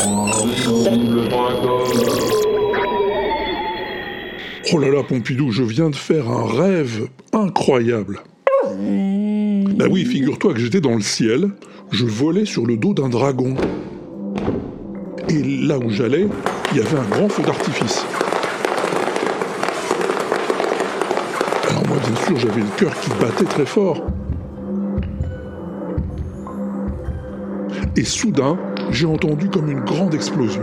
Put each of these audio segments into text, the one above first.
Oh là là, Pompidou, je viens de faire un rêve incroyable. Bah oui, figure-toi que j'étais dans le ciel, je volais sur le dos d'un dragon. Et là où j'allais, il y avait un grand feu d'artifice. Alors moi, bien sûr, j'avais le cœur qui battait très fort. Et soudain, j'ai entendu comme une grande explosion.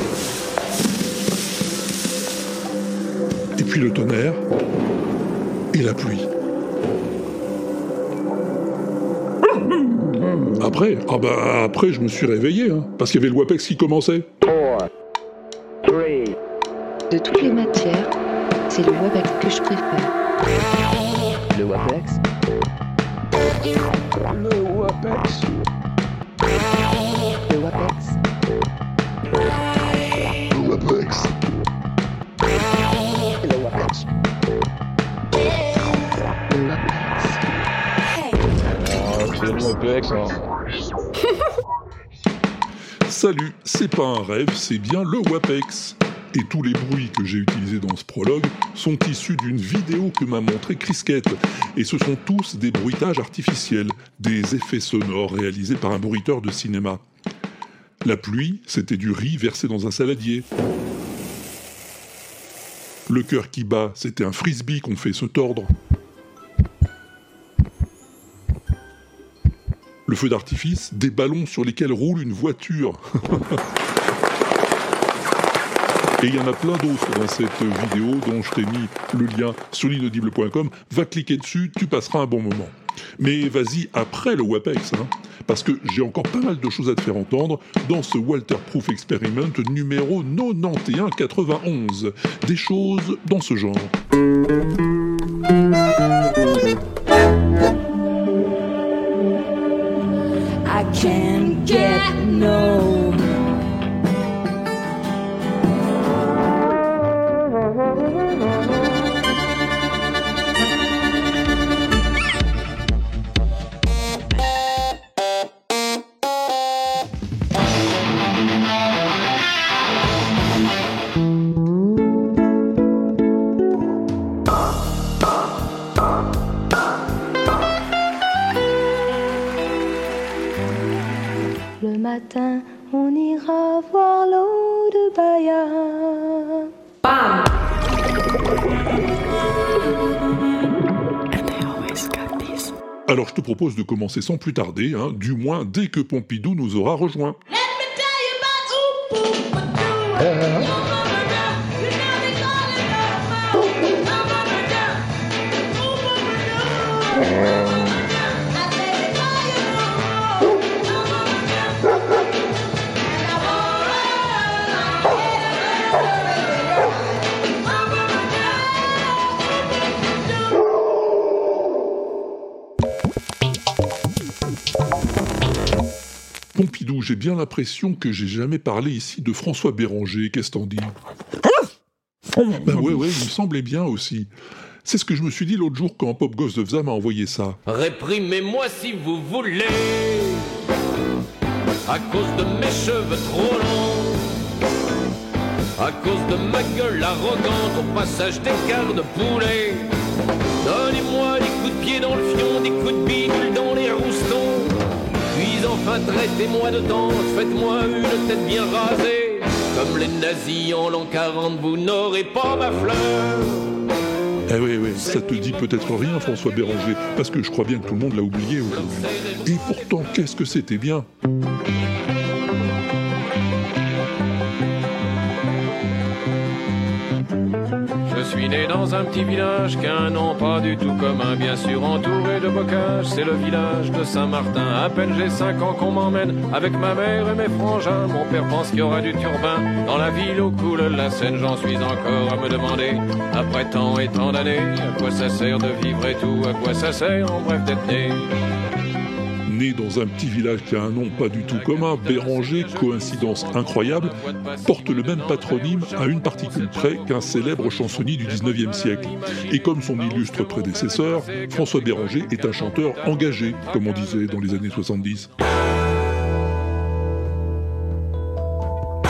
Et puis le tonnerre et la pluie. Après, je me suis réveillé, parce qu'il y avait le WAPEX qui commençait. 4, 3. De toutes les matières, c'est le WAPEX que je préfère. Le WAPEX. Le WAPEX. Le WAPEX. Le WAPEX. Le WAPEX. Le WAPEX. C'est le WAPEX, hein. Salut, c'est pas un rêve, c'est bien le WAPEX. Et tous les bruits que j'ai utilisés dans ce prologue sont issus d'une vidéo que m'a montré Chris Kett. Et ce sont tous des bruitages artificiels, des effets sonores réalisés par un bruiteur de cinéma. La pluie, c'était du riz versé dans un saladier. Le cœur qui bat, c'était un frisbee qu'on fait se tordre. Le feu d'artifice, des ballons sur lesquels roule une voiture. Et il y en a plein d'autres dans cette vidéo dont je t'ai mis le lien sur l'inaudible.com. Va cliquer dessus, tu passeras un bon moment. Mais vas-y après le WAPEX, parce que j'ai encore pas mal de choses à te faire entendre dans ce Walterproof Experiment numéro 9191. Des choses dans ce genre. I can't get no. Le matin, on ira voir l'eau de Bahia. Bam! Alors je te propose de commencer sans plus tarder, du moins dès que Pompidou nous aura rejoints. Pompidou, j'ai bien l'impression que j'ai jamais parlé ici de François Béranger, qu'est-ce que t'en dis ? Ben ouais, il me semblait bien aussi. C'est ce que je me suis dit l'autre jour quand Pop Ghost of Zam m'a envoyé ça. Réprimez-moi si vous voulez, à cause de mes cheveux trop longs, à cause de ma gueule arrogante au passage des quarts de poulet. Donnez-moi des coups de pied dans le fion, des coups de bidule dans les roustons. Puis enfin traitez-moi de tante, faites-moi une tête bien rasée. Comme les nazis en l'an 40, vous n'aurez pas ma fleur. Eh oui, ça te dit peut-être rien, François Béranger, parce que je crois bien que tout le monde l'a oublié aujourd'hui. Et pourtant, qu'est-ce que c'était bien ? Je suis né dans un petit village qu'un nom pas du tout commun, bien sûr entouré de bocages, c'est le village de Saint-Martin. À peine j'ai 5 ans qu'on m'emmène avec ma mère et mes frangins. Mon père pense qu'il y aura du turbin dans la ville où coule la Seine. J'en suis encore à me demander, après tant et tant d'années, à quoi ça sert de vivre et tout, à quoi ça sert en bref d'être né. Né dans un petit village qui a un nom pas du tout commun, Béranger, coïncidence incroyable, porte le même patronyme à une particule près qu'un célèbre chansonnier du 19e siècle. Et comme son illustre prédécesseur, François Béranger est un chanteur engagé, comme on disait dans les années 70.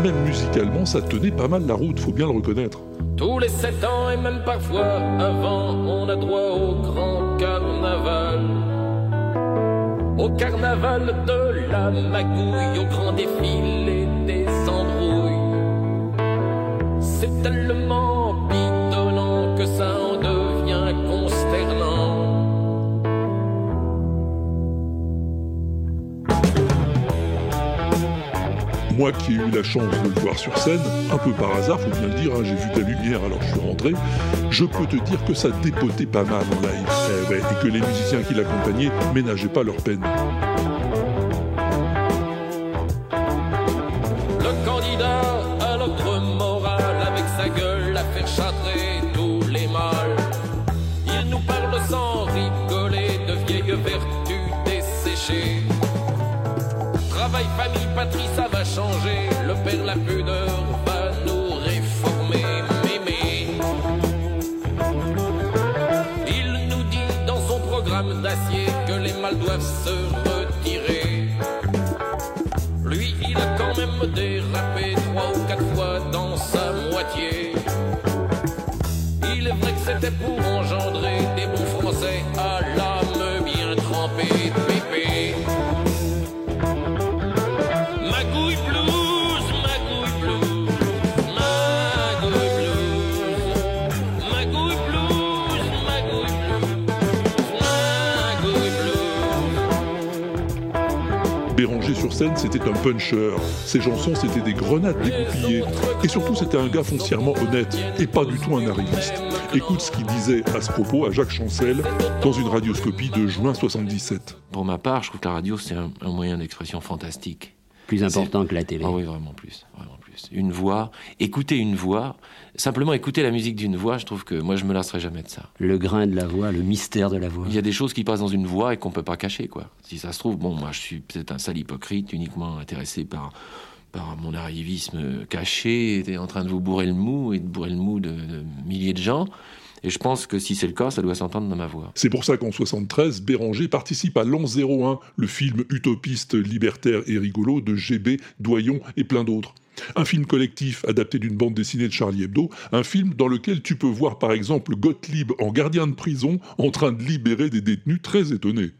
même musicalement, ça tenait pas mal la route, faut bien le reconnaître. Tous les 7 ans et même parfois avant, on a droit au grand carnaval. Au carnaval de la magouille, au grand défilé des embrouilles. C'est tellement pitonnant que ça en devient consternant. Moi qui ai eu la chance de le voir sur scène, un peu par hasard, faut bien le dire, j'ai vu ta lumière alors je suis rentré, je peux te dire que ça dépotait pas mal en live, et que les musiciens qui l'accompagnaient ménageaient pas leur peine. Le candidat à l'ordre moral, avec sa gueule à faire châtrer tous les mâles. Il nous parle sans rigoler de vieilles vertus desséchées. Travail, famille, patrie, ça va changer. Le père, la pudeur, va nous réformer. Mémé. Il nous dit dans son programme d'acier que les mâles doivent se retirer. Lui, il a quand même dérapé 3 ou 4 fois dans sa moitié. Il est vrai que c'était pour engendrer des bons Français à l'âme bien trempée. Pépé. Magouille blues, magouille blues, magouille blues, magouille blues, magouille blues, magouille blues. Béranger sur scène, c'était un puncher. Ses chansons, c'était des grenades dégoupillées. Et surtout, c'était un gars foncièrement honnête, et pas du tout un arriviste. Écoute ce qu'il disait à ce propos à Jacques Chancel, dans une radioscopie de juin 77. Pour ma part, je trouve que la radio, c'est un moyen d'expression fantastique. Plus important que la télé. Ah oui, vraiment plus. Une voix, écouter une voix, simplement écouter la musique d'une voix, je trouve que moi je me lasserai jamais de ça. Le grain de la voix, le mystère de la voix. Il y a des choses qui passent dans une voix et qu'on peut pas cacher, quoi. Si ça se trouve, bon, moi je suis peut-être un sale hypocrite, uniquement intéressé par mon arrivisme caché, en train de vous bourrer le mou et de bourrer le mou de milliers de gens. Et je pense que si c'est le cas, ça doit s'entendre dans ma voix. C'est pour ça qu'en 73, Béranger participe à l'An 01, le film utopiste, libertaire et rigolo de GB, Doyon et plein d'autres. Un film collectif adapté d'une bande dessinée de Charlie Hebdo, un film dans lequel tu peux voir par exemple Gottlieb en gardien de prison en train de libérer des détenus très étonnés.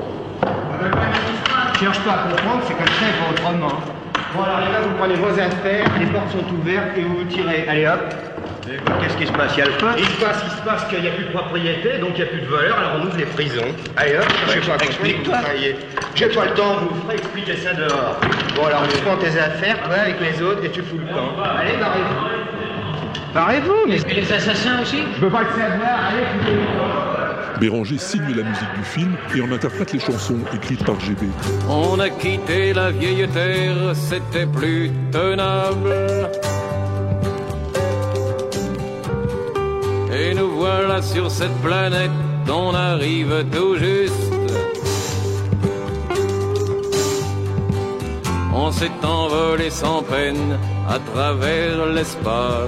Cherche pas à comprendre, c'est comme ça et pas autrement. Bon alors les gars, vous prenez vos affaires, les portes sont ouvertes et vous vous tirez. Allez hop. Qu'est-ce qui se passe? Il y a le feu? Il se passe qu'il n'y a plus de propriété, donc il n'y a plus de voleurs, alors on ouvre les prisons. Allez hop, je sais pas, explique-toi. J'ai pas le temps, vous ferez expliquer ça dehors. Bon alors tu prends tes affaires, ouais, avec les autres et tu fous le camp. Allez, barrez-vous. Barrez-vous, mais... Et les assassins aussi? Je veux pas le savoir, allez, foutez le camp. Béranger signe la musique du film et en interprète les chansons écrites par GB. On a quitté la vieille terre, c'était plus tenable. Et nous voilà sur cette planète, on arrive tout juste. On s'est envolé sans peine à travers l'espace.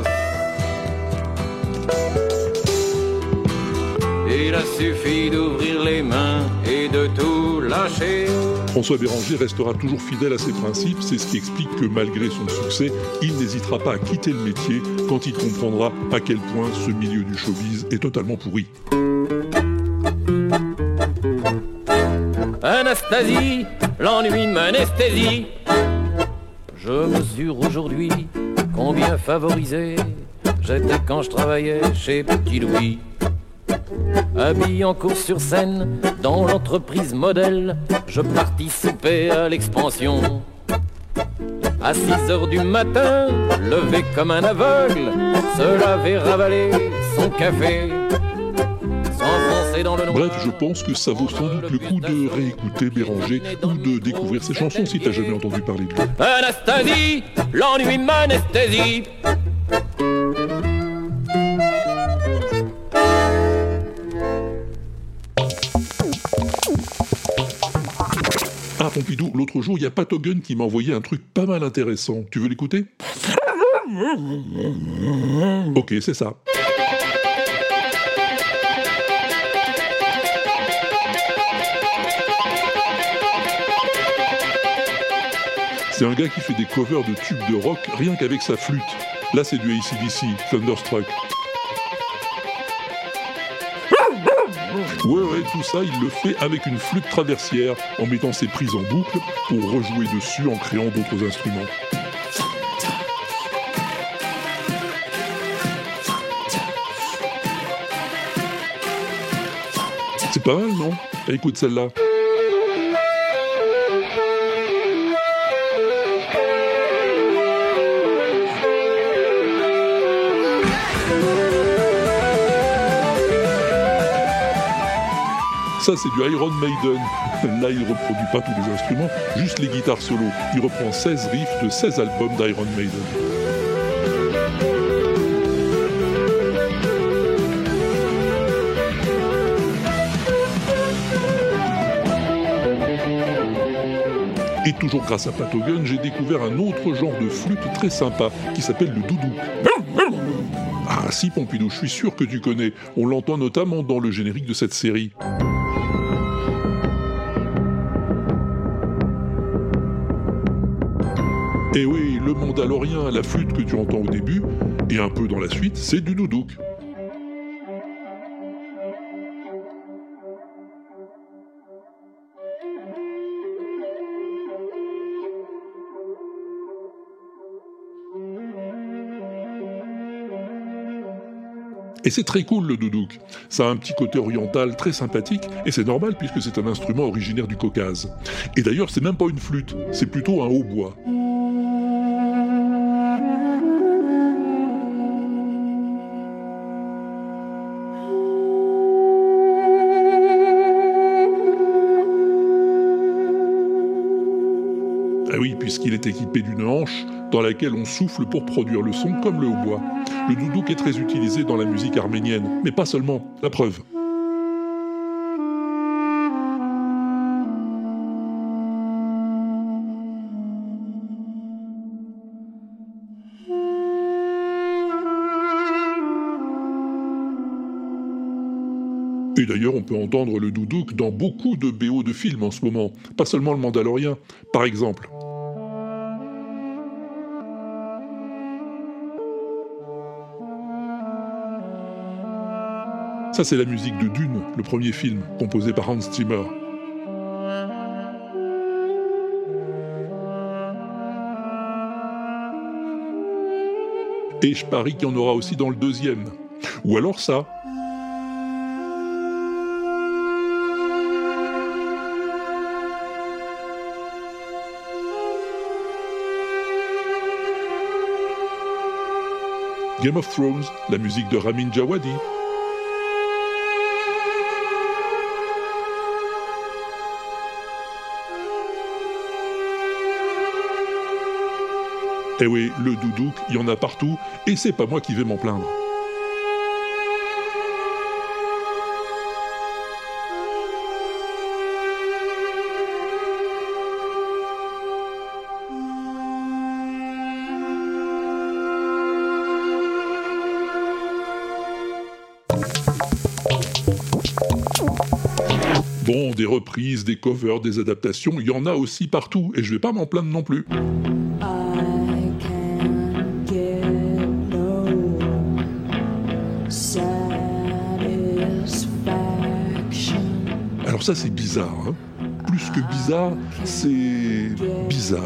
Il a suffi d'ouvrir les mains et de tout lâcher. François Béranger restera toujours fidèle à ses principes, c'est ce qui explique que malgré son succès, il n'hésitera pas à quitter le métier quand il comprendra à quel point ce milieu du showbiz est totalement pourri. Anastasie, l'ennui m'anesthésie. Je mesure aujourd'hui combien favorisé j'étais quand je travaillais chez Petit Louis. Habillé en course sur scène, dans l'entreprise modèle, je participais à l'expansion. À 6h du matin, levé comme un aveugle, se laver, ravaler son café, s'enfoncer dans le noir. Bref, je pense que ça vaut sans doute le coup de réécouter Béranger ou de découvrir ses chansons si t'as jamais entendu parler de lui. Anastasie, l'ennui m'anesthésie. Ah Pompidou, l'autre jour, il y a Patogun qui m'a envoyé un truc pas mal intéressant. Tu veux l'écouter? Ok, c'est ça. C'est un gars qui fait des covers de tubes de rock rien qu'avec sa flûte. Là, c'est du AC/DC, Thunderstruck. Ouais, tout ça, il le fait avec une flûte traversière, en mettant ses prises en boucle pour rejouer dessus en créant d'autres instruments. C'est pas mal, non ? Écoute celle-là. Ça, c'est du Iron Maiden. Là, il reproduit pas tous les instruments, juste les guitares solo. Il reprend 16 riffs de 16 albums d'Iron Maiden. Et toujours grâce à Pat Hogan, j'ai découvert un autre genre de flûte très sympa qui s'appelle le doudouk. Ah si, Pompidou, je suis sûr que tu connais. On l'entend notamment dans le générique de cette série. Et oui, le mandalorien, la flûte que tu entends au début, et un peu dans la suite, c'est du doudouk. Et c'est très cool le doudouk. Ça a un petit côté oriental très sympathique, et c'est normal puisque c'est un instrument originaire du Caucase. Et d'ailleurs, c'est même pas une flûte, c'est plutôt un hautbois. Ah oui, puisqu'il est équipé d'une hanche dans laquelle on souffle pour produire le son comme le hautbois. Le doudouk est très utilisé dans la musique arménienne, mais pas seulement, la preuve. Et d'ailleurs, on peut entendre le doudouk dans beaucoup de BO de films en ce moment, pas seulement le Mandalorien, par exemple. Ça, c'est la musique de Dune, le premier film, composé par Hans Zimmer. Et je parie qu'il y en aura aussi dans le deuxième. Ou alors ça. Game of Thrones, la musique de Ramin Djawadi. Eh oui, le doudouk, il y en a partout, et c'est pas moi qui vais m'en plaindre. Bon, des reprises, des covers, des adaptations, il y en a aussi partout, et je vais pas m'en plaindre non plus. Alors ça, c'est bizarre, hein. Plus que bizarre, c'est bizarre.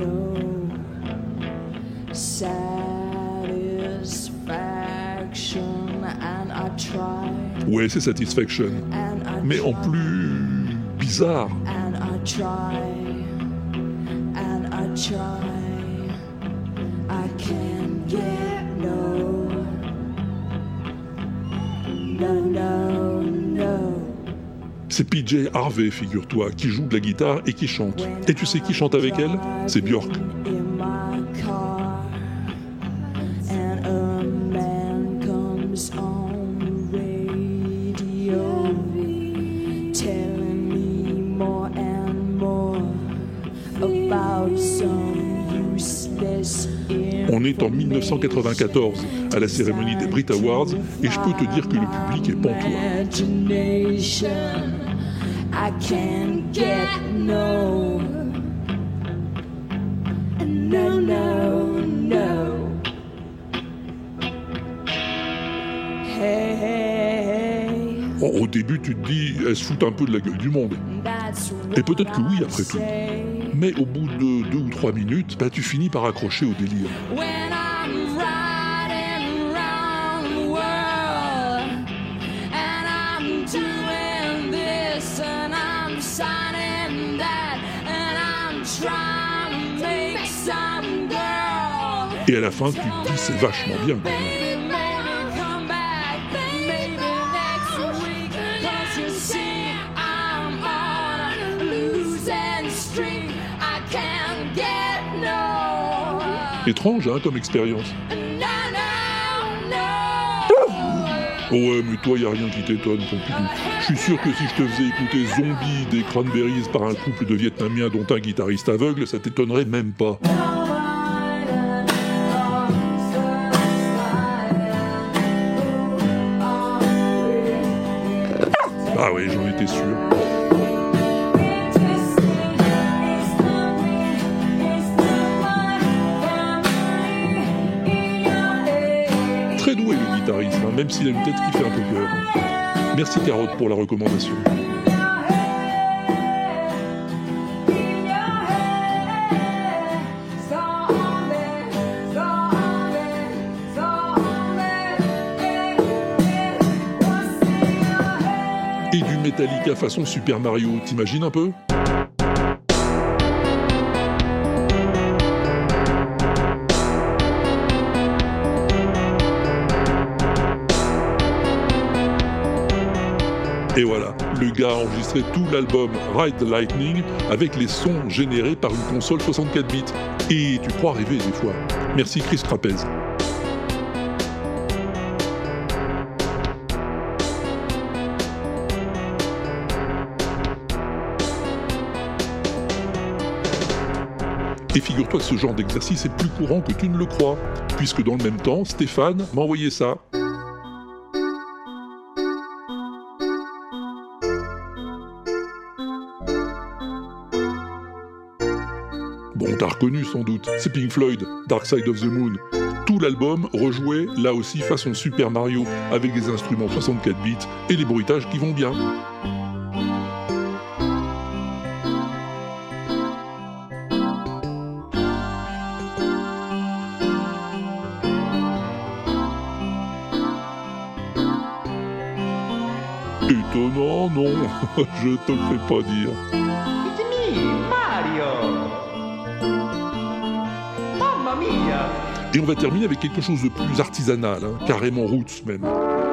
Ouais, c'est Satisfaction, mais en plus bizarre. C'est PJ Harvey, figure-toi, qui joue de la guitare et qui chante. Et tu sais qui chante avec elle ? C'est Björk. On est en 1994, à la cérémonie des Brit Awards, et je peux te dire que le public est pantois. no, no. Hey, hey, hey. Au début, tu te dis, elle se fout un peu de la gueule du monde. Et peut-être que oui, après tout. Mais au bout de 2 ou 3 minutes, tu finis par accrocher au délire. When I'm riding round the world and I'm doing this and I'm signing that and I'm trying to make some girl. Et à la fin, tu te dis, c'est vachement bien. Baby, maybe come back, maybe next week. 'Cause you see, I'm on a losing streak. I can't get no. Étrange, hein, comme expérience. No, no, no. Oh ouais, mais toi, y a rien qui t'étonne, Pompidou. Je suis sûr que si je te faisais écouter Zombie des Cranberries par un couple de Vietnamiens dont un guitariste aveugle, ça t'étonnerait même pas. Ah ouais, j'en étais sûr. Très doué le guitariste, hein, même s'il a une tête qui fait un peu peur. Merci Carotte pour la recommandation. Et du Metallica façon Super Mario, t'imagines un peu ? Et voilà, le gars a enregistré tout l'album Ride the Lightning avec les sons générés par une console 64 bits. Et tu crois rêver des fois. Merci Chris Trapez. Et figure-toi que ce genre d'exercice est plus courant que tu ne le crois, puisque dans le même temps, Stéphane m'a envoyé ça. Bon, t'as reconnu sans doute, c'est Pink Floyd, Dark Side of the Moon. Tout l'album rejoué, là aussi façon Super Mario, avec des instruments 64 bits et des bruitages qui vont bien. Étonnant, non, je te le fais pas dire. It's me, Mario. Mamma mia. Et on va terminer avec quelque chose de plus artisanal, hein, carrément roots même.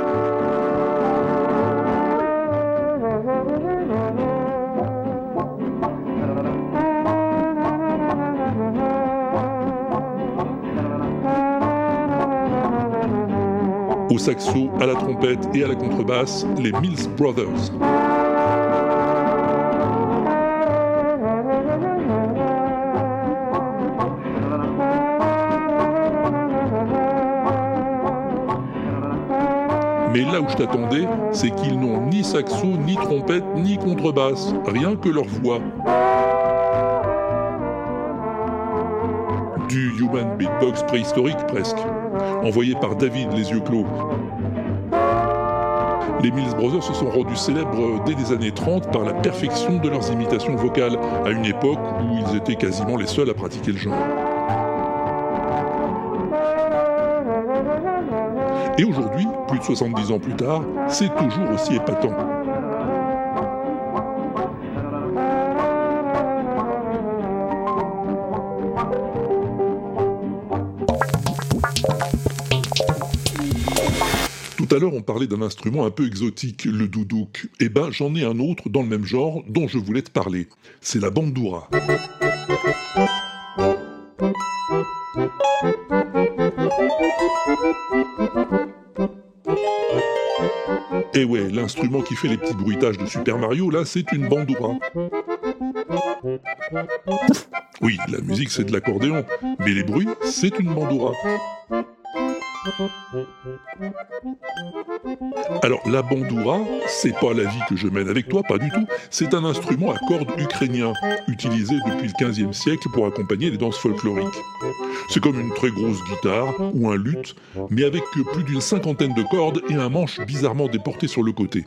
Au saxo, à la trompette et à la contrebasse, les Mills Brothers. Mais là où je t'attendais, c'est qu'ils n'ont ni saxo, ni trompette, ni contrebasse, rien que leur voix. Du human beatbox préhistorique presque, envoyé par David les yeux clos. Les Mills Brothers se sont rendus célèbres dès les années 30 par la perfection de leurs imitations vocales, à une époque où ils étaient quasiment les seuls à pratiquer le genre. Et aujourd'hui, plus de 70 ans plus tard, c'est toujours aussi épatant. Tout à l'heure, on parlait d'un instrument un peu exotique, le doudouk. Eh ben, j'en ai un autre dans le même genre dont je voulais te parler. C'est la bandoura. Et ouais, l'instrument qui fait les petits bruitages de Super Mario, là, c'est une bandoura. Oui, la musique, c'est de l'accordéon, mais les bruits, c'est une bandoura. Alors la bandoura, c'est pas la vie que je mène avec toi, pas du tout. C'est un instrument à cordes ukrainien, utilisé depuis le XVe siècle pour accompagner les danses folkloriques. C'est comme une très grosse guitare ou un luth, mais avec plus d'une 50aine de cordes et un manche bizarrement déporté sur le côté.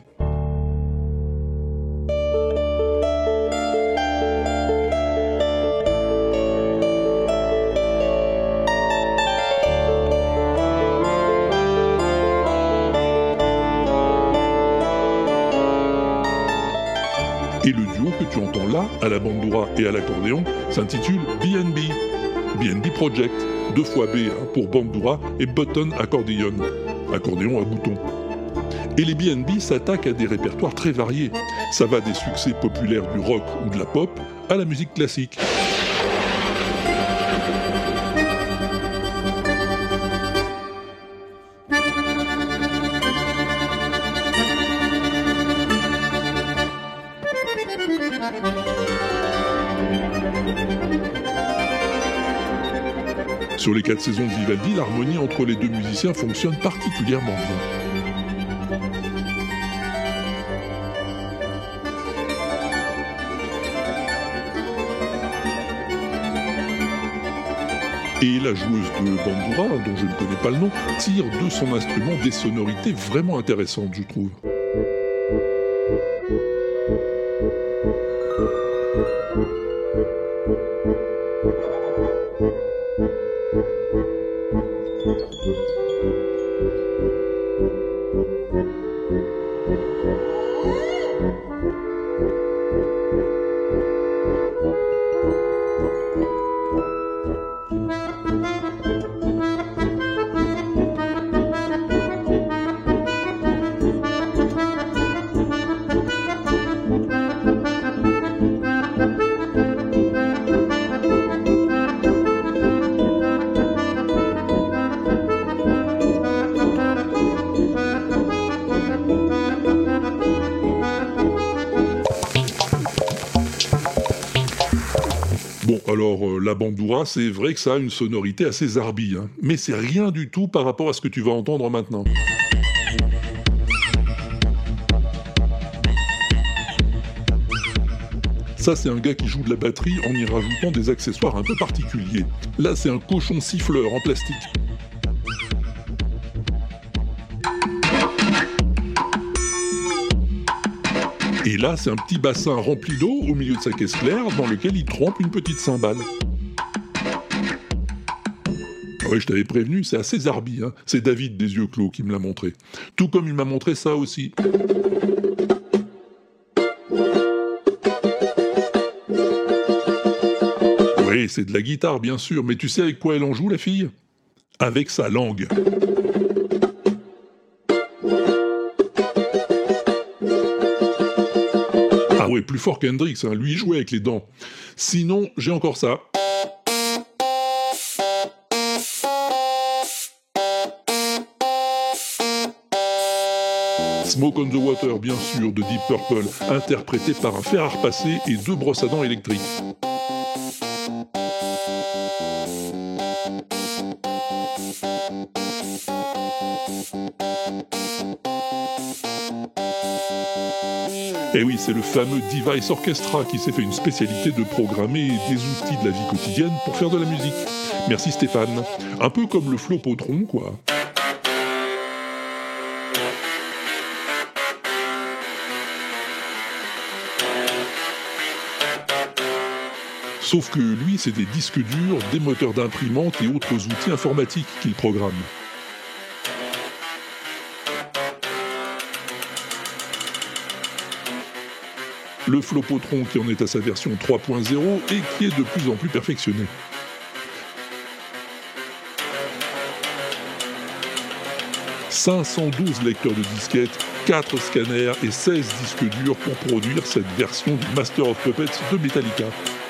Et le duo que tu entends là, à la bandoura et à l'accordéon, s'intitule BNB. BNB Project, 2 fois B pour bandoura et button accordion, accordéon à boutons. Et les BNB s'attaquent à des répertoires très variés. Ça va des succès populaires du rock ou de la pop à la musique classique. Sur les 4 saisons de Vivaldi, l'harmonie entre les deux musiciens fonctionne particulièrement bien. Et la joueuse de bandoura, dont je ne connais pas le nom, tire de son instrument des sonorités vraiment intéressantes, je trouve. Bon, alors, la bandoura, c'est vrai que ça a une sonorité assez zarbi, mais c'est rien du tout par rapport à ce que tu vas entendre maintenant. Ça, c'est un gars qui joue de la batterie en y rajoutant des accessoires un peu particuliers. Là, c'est un cochon siffleur en plastique. Et là, c'est un petit bassin rempli d'eau au milieu de sa caisse claire dans lequel il trempe une petite cymbale. Ouais, je t'avais prévenu, c'est assez zarbi, C'est David des yeux clos qui me l'a montré. Tout comme il m'a montré ça aussi. Oui, c'est de la guitare, bien sûr, mais tu sais avec quoi elle en joue, la fille ? Avec sa langue. Ah ouais, plus fort qu'Hendrix, lui il jouait avec les dents. Sinon, j'ai encore ça. Smoke on the Water, bien sûr, de Deep Purple, interprété par un fer à repasser et 2 brosses à dents électriques. Et oui, c'est le fameux Device Orchestra qui s'est fait une spécialité de programmer des outils de la vie quotidienne pour faire de la musique. Merci Stéphane. Un peu comme le Flopotron, quoi. Sauf que lui, c'est des disques durs, des moteurs d'imprimante et autres outils informatiques qu'il programme. Le Flopotron qui en est à sa version 3.0 et qui est de plus en plus perfectionné. « 512 lecteurs de disquettes, 4 scanners et 16 disques durs pour produire cette version du Master of Puppets de Metallica.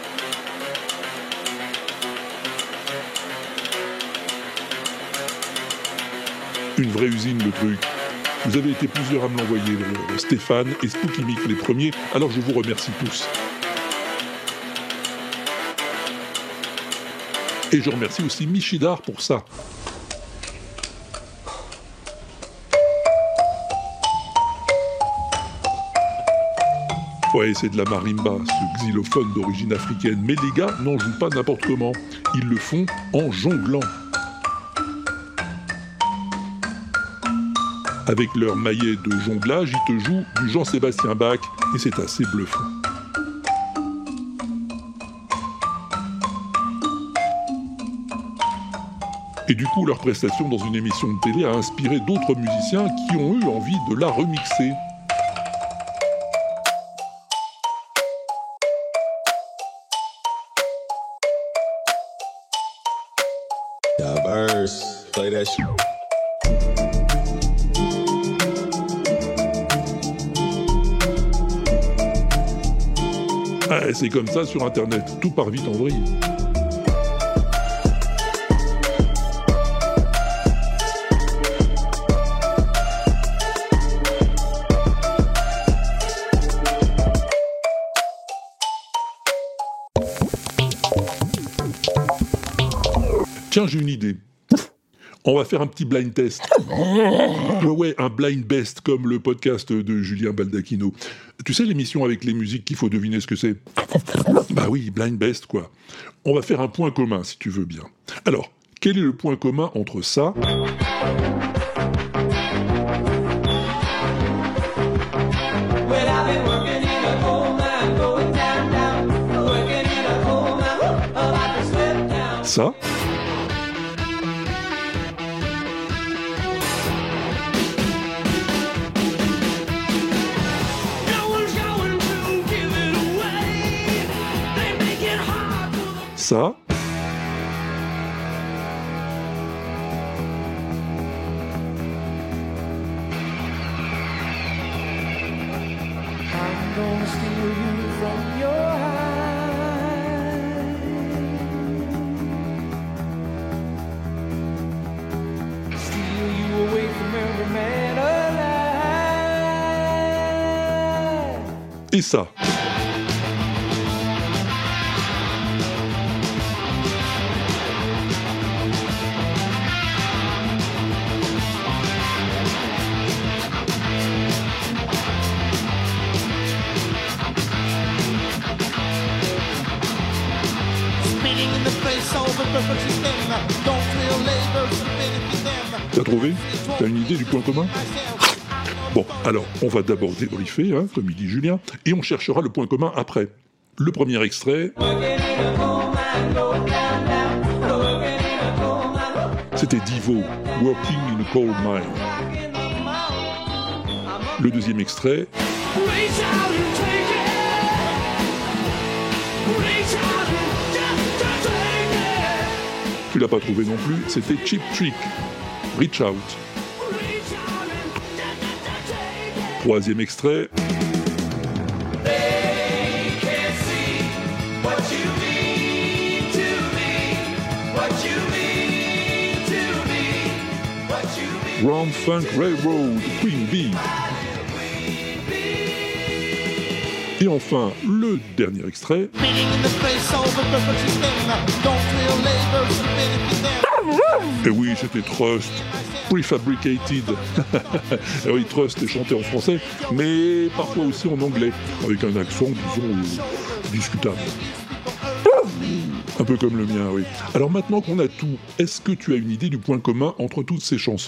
Une vraie usine, le truc. Vous avez été plusieurs à me l'envoyer, Stéphane et Spooky Mick les premiers, alors je vous remercie tous. Et je remercie aussi Michidar pour ça. Ouais, c'est de la marimba, ce xylophone d'origine africaine. Mais les gars n'en jouent pas n'importe comment. Ils le font en jonglant. Avec leur maillet de jonglage, ils te jouent du Jean-Sébastien Bach et c'est assez bluffant. Et du coup, leur prestation dans une émission de télé a inspiré d'autres musiciens qui ont eu envie de la remixer. Diverse. Play that shit. Ah, c'est comme ça sur Internet, tout part vite en vrille. Tiens, j'ai une idée. On va faire un petit blind test. Ouais, un blind best, comme le podcast de Julien Baldacchino. Tu sais l'émission avec les musiques qu'il faut deviner ce que c'est ? Bah oui, blind best, quoi. On va faire un point commun, si tu veux bien. Alors, quel est le point commun entre ça ça ça et ça. T'as trouvé ? T'as une idée du point commun ? Bon, alors, on va d'abord débriefer, comme il dit Julien, et on cherchera le point commun après. Le premier extrait... C'était Devo, Working in a Coal Mine. Le deuxième extrait... Tu l'as pas trouvé non plus, c'était Cheap Trick, Reach Out. Troisième extrait. Grand Funk Railroad, Queen Bee. Et enfin, le dernier extrait. Et oui, c'était Trust, Prefabricated. Et oui, Trust est chanté en français, mais parfois aussi en anglais, avec un accent, disons, discutable. Un peu comme le mien, oui. Alors maintenant qu'on a tout, est-ce que tu as une idée du point commun entre toutes ces chansons ?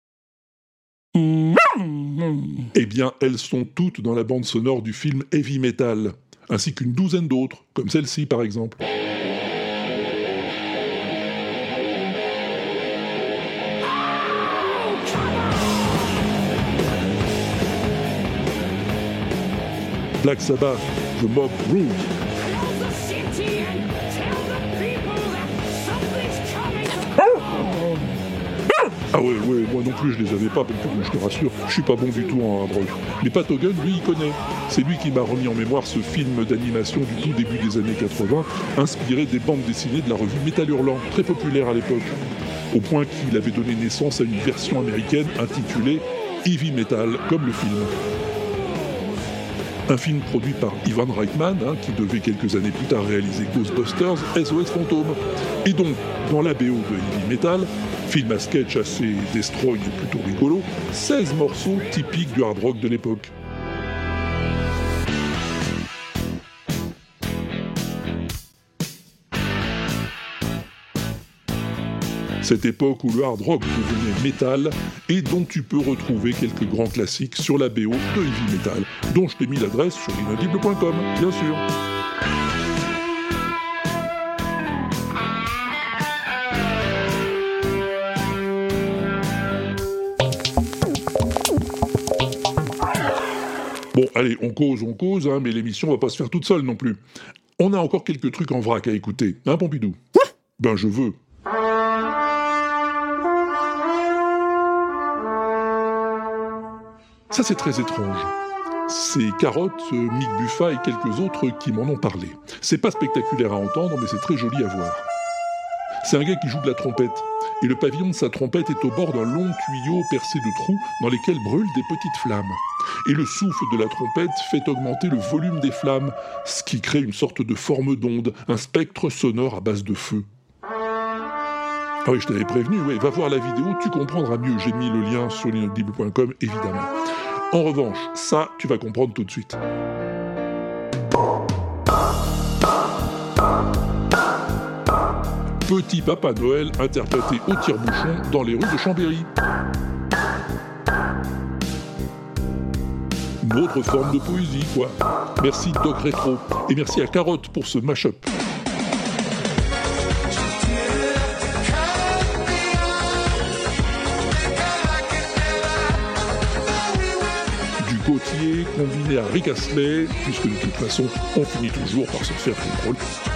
Eh bien, elles sont toutes dans la bande sonore du film Heavy Metal, ainsi qu'une douzaine d'autres, comme celle-ci par exemple. Black Sabbath, The Mob Rules. Ah ouais, moi non plus je les avais pas, je te rassure, je suis pas bon du tout en hard rock. Mais Pat Hogan, lui, il connaît. C'est lui qui m'a remis en mémoire ce film d'animation du tout début des années 80, inspiré des bandes dessinées de la revue Metal Hurlant, très populaire à l'époque, au point qu'il avait donné naissance à une version américaine intitulée Heavy Metal, comme le film. Un film produit par Ivan Reitman, qui devait quelques années plus tard réaliser Ghostbusters, SOS Fantôme. Et donc, dans la BO de Heavy Metal, film à sketch assez destroy et plutôt rigolo, 16 morceaux typiques du hard rock de l'époque. Cette époque où le hard rock devenait métal et dont tu peux retrouver quelques grands classiques sur la BO de Heavy Metal, dont je t'ai mis l'adresse sur l'inaudible.com, bien sûr. Bon, allez, on cause, hein, mais l'émission va pas se faire toute seule non plus. On a encore quelques trucs en vrac à écouter, hein, Pompidou ? Ben, je veux. Ça, c'est très étrange. C'est Carotte, Mick Buffa et quelques autres qui m'en ont parlé. C'est pas spectaculaire à entendre, mais c'est très joli à voir. C'est un gars qui joue de la trompette. Et le pavillon de sa trompette est au bord d'un long tuyau percé de trous dans lesquels brûlent des petites flammes. Et le souffle de la trompette fait augmenter le volume des flammes, ce qui crée une sorte de forme d'onde, un spectre sonore à base de feu. Ah oui, je t'avais prévenu, ouais, va voir la vidéo, tu comprendras mieux. J'ai mis le lien sur l'inaudible.com, évidemment. En revanche, ça, tu vas comprendre tout de suite. Petit Papa Noël interprété au tire-bouchon dans les rues de Chambéry. Une autre forme de poésie, quoi. Merci Doc Rétro, et merci à Carotte pour ce mash-up. Du Gautier combiné à Rick Astley, puisque de toute façon, on finit toujours par se faire contrôler.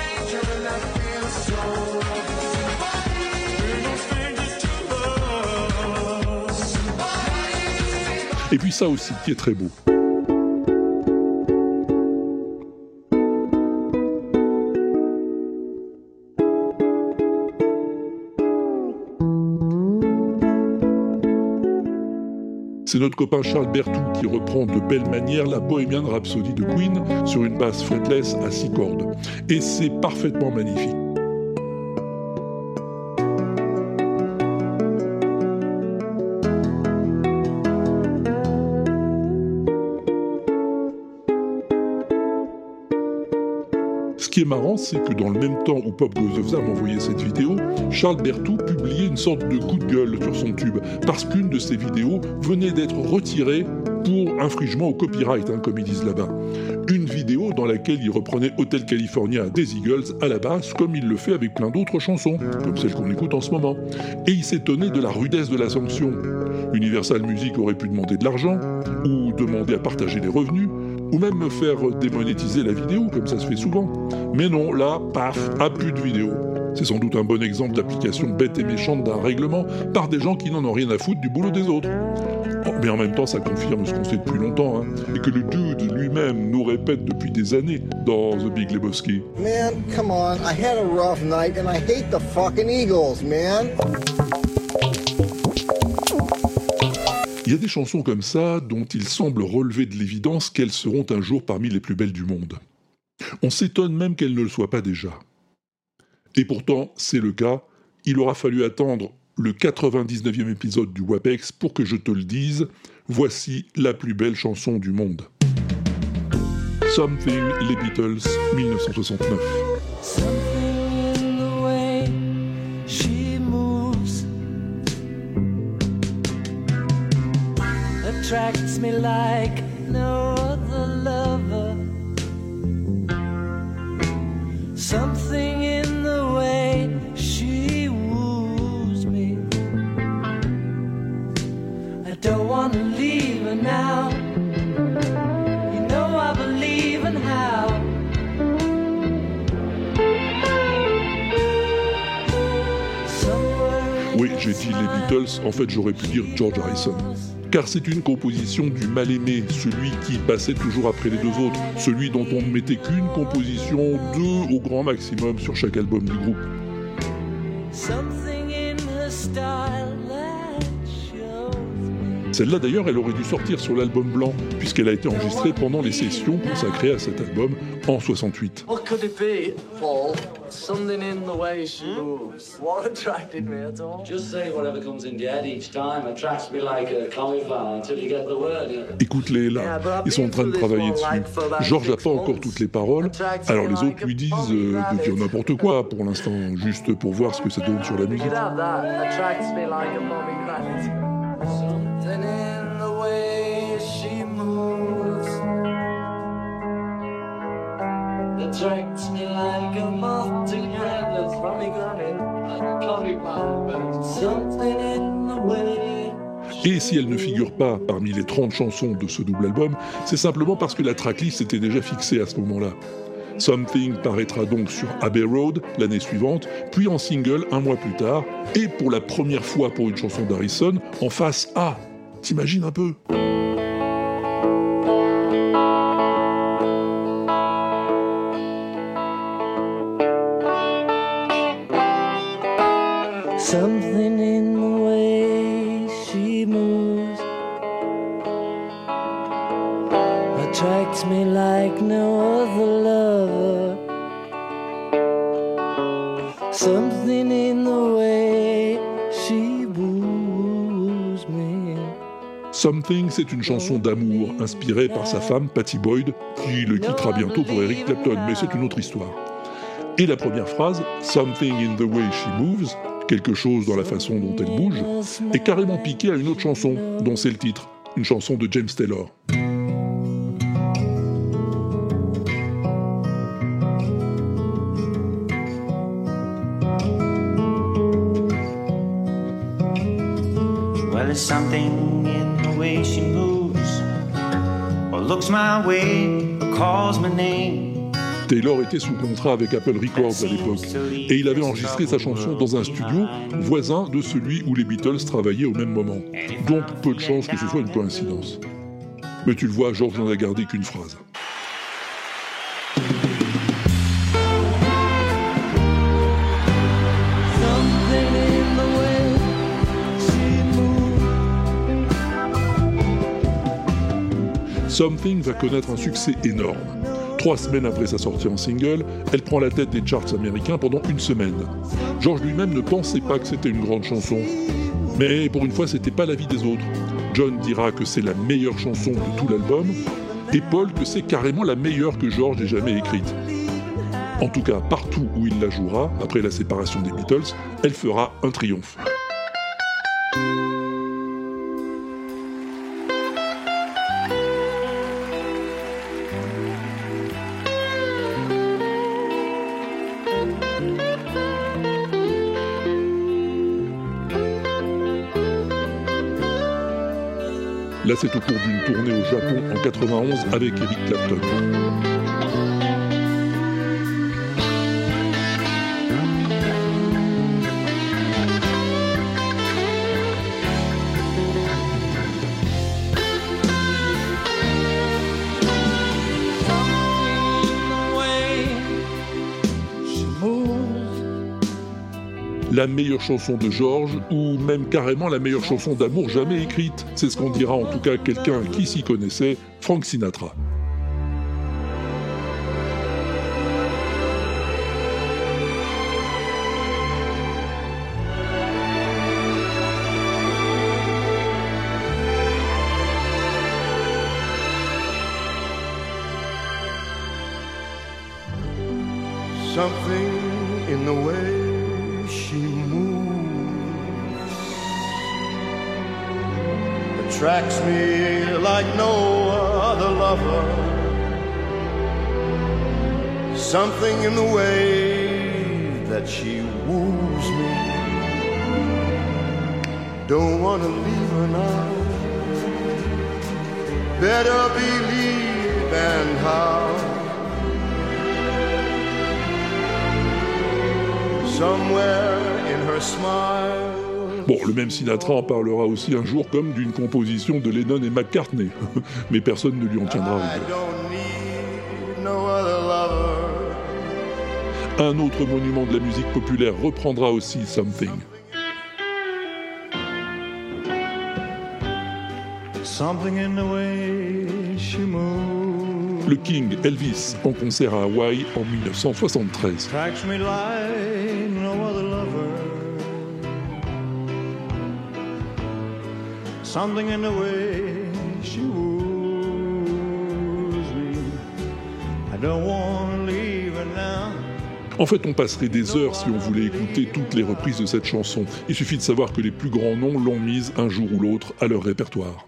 Et puis ça aussi, qui est très beau. C'est notre copain Charles Berthoud qui reprend de belle manière la Bohemian Rhapsody de Queen sur une basse fretless à 6 cordes. Et c'est parfaitement magnifique. Ce qui est marrant, c'est que dans le même temps où Pop Goes Off m'envoyait cette vidéo, Charles Berthoud publiait une sorte de coup de gueule sur son tube, parce qu'une de ses vidéos venait d'être retirée pour infringement au copyright, hein, comme ils disent là-bas. Une vidéo dans laquelle il reprenait Hotel California des Eagles à la basse, comme il le fait avec plein d'autres chansons, comme celle qu'on écoute en ce moment. Et il s'étonnait de la rudesse de la sanction. Universal Music aurait pu demander de l'argent, ou demander à partager les revenus, ou même me faire démonétiser la vidéo, comme ça se fait souvent. Mais non, là, paf, à plus de vidéo. C'est sans doute un bon exemple d'application bête et méchante d'un règlement par des gens qui n'en ont rien à foutre du boulot des autres. Oh, mais en même temps, ça confirme ce qu'on sait depuis longtemps, hein, et que le dude lui-même nous répète depuis des années dans The Big Lebowski. Man, come on, I had a rough night and I hate the fucking Eagles, man. Il y a des chansons comme ça dont il semble relever de l'évidence qu'elles seront un jour parmi les plus belles du monde. On s'étonne même qu'elles ne le soient pas déjà. Et pourtant, c'est le cas. Il aura fallu attendre le 99e épisode du WAPEX pour que je te le dise. Voici la plus belle chanson du monde. Something, les Beatles, 1969. Attracts me like no other lover. Something in the way she woos me. I don't wanna leave her now. You know I believe in how. Oui, j'ai dit les Beatles, en fait j'aurais pu dire George Harrison. Car c'est une composition du mal-aimé, celui qui passait toujours après les deux autres, celui dont on ne mettait qu'une composition, 2 au grand maximum sur chaque album du groupe. Celle-là d'ailleurs, elle aurait dû sortir sur l'album blanc, puisqu'elle a été enregistrée pendant les sessions consacrées à cet album en 68. What could it be, Paul? Something in the way she moves. What attracted me at all? Just say whatever comes in your head each time. Attracts me like a cauliflower until you get the word. Écoute-les là, ils sont en train de travailler dessus. George n'a pas encore toutes les paroles, alors les autres lui disent de dire n'importe quoi pour l'instant, juste pour voir ce que ça donne sur la musique. Something in the way she moves attracts me like a moth to your head that's probably gunning like a cauliflower. Something in the way. Et si elle ne figure pas parmi les 30 chansons de ce double album, c'est simplement parce que la tracklist était déjà fixée à ce moment-là. Something paraîtra donc sur Abbey Road l'année suivante, puis en single un mois plus tard, et pour la première fois pour une chanson d'Harrison, en face A. T'imagines un peu ? Something in the way she moves attracts me like no other lover. Something in the way she woos me. Something, c'est une chanson d'amour inspirée par sa femme Pattie Boyd, qui le quittera bientôt pour Eric Clapton, mais c'est une autre histoire. Et la première phrase, Something in the way she moves, quelque chose dans la façon dont elle bouge, est carrément piquée à une autre chanson, dont c'est le titre, une chanson de James Taylor. Well, there's something in the way she moves, or looks my way, or calls my name. Taylor était sous contrat avec Apple Records à l'époque, et il avait enregistré sa chanson dans un studio voisin de celui où les Beatles travaillaient au même moment. Donc peu de chance que ce soit une coïncidence. Mais tu le vois, George n'en a gardé qu'une phrase. Something va connaître un succès énorme. 3 semaines après sa sortie en single, elle prend la tête des charts américains pendant une semaine. George lui-même ne pensait pas que c'était une grande chanson. Mais pour une fois, c'était pas l'avis des autres. John dira que c'est la meilleure chanson de tout l'album, et Paul que c'est carrément la meilleure que George ait jamais écrite. En tout cas, partout où il la jouera, après la séparation des Beatles, elle fera un triomphe. Là, c'est au cours d'une tournée au Japon en 91 avec Eric Clapton. La meilleure chanson de George, ou même carrément la meilleure chanson d'amour jamais écrite. C'est ce qu'on dira en tout cas à quelqu'un qui s'y connaissait, Frank Sinatra. Something in the way she moves attracts me like no other lover. Something in the way that she woos me. Don't wanna leave her now. Better believe and how. Somewhere in her smile. Bon, le même Sinatra en parlera aussi un jour comme d'une composition de Lennon et McCartney, mais personne ne lui en tiendra rigueur. Un autre monument de la musique populaire reprendra aussi Something. Something in the way she moves Le King Elvis en concert à Hawaï en 1973. attracts me like no other lover. Something in the way she woos me. I don't want to leave her now. En fait, on passerait des heures si on voulait écouter toutes les reprises de cette chanson. Il suffit de savoir que les plus grands noms l'ont mise un jour ou l'autre à leur répertoire.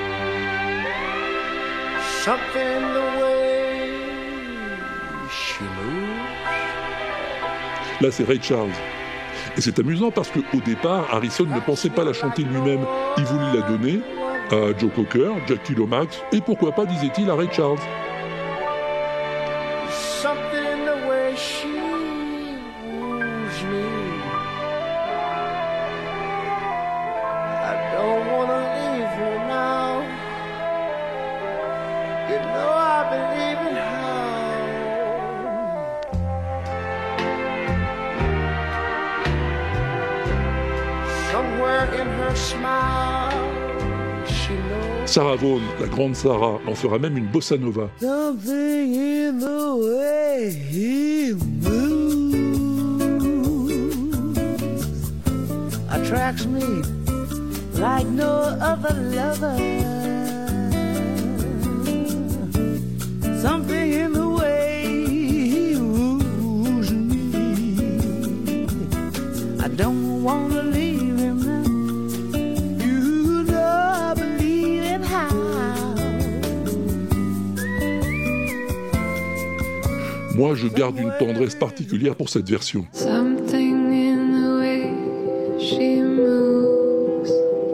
Something the way she moves. Là, c'est Ray Charles. Et c'est amusant parce qu'au départ, Harrison ne pensait pas la chanter lui-même. Il voulut la donner à Joe Cocker, Jackie Lomax et pourquoi pas, disait-il, à Ray Charles. Something the way she woos me. I don't wanna leave her now. You know I believe in her. Somewhere in her smile, she knows. Sarah Vaughan, la grande Sarah, en fera même une bossa nova. Something in the way he moves attracts me like no other lover. Something in the way he woos me. I don't want to leave him now. You know I believe in how. Moi, je garde une tendresse particulière pour cette version. Something in the way she moves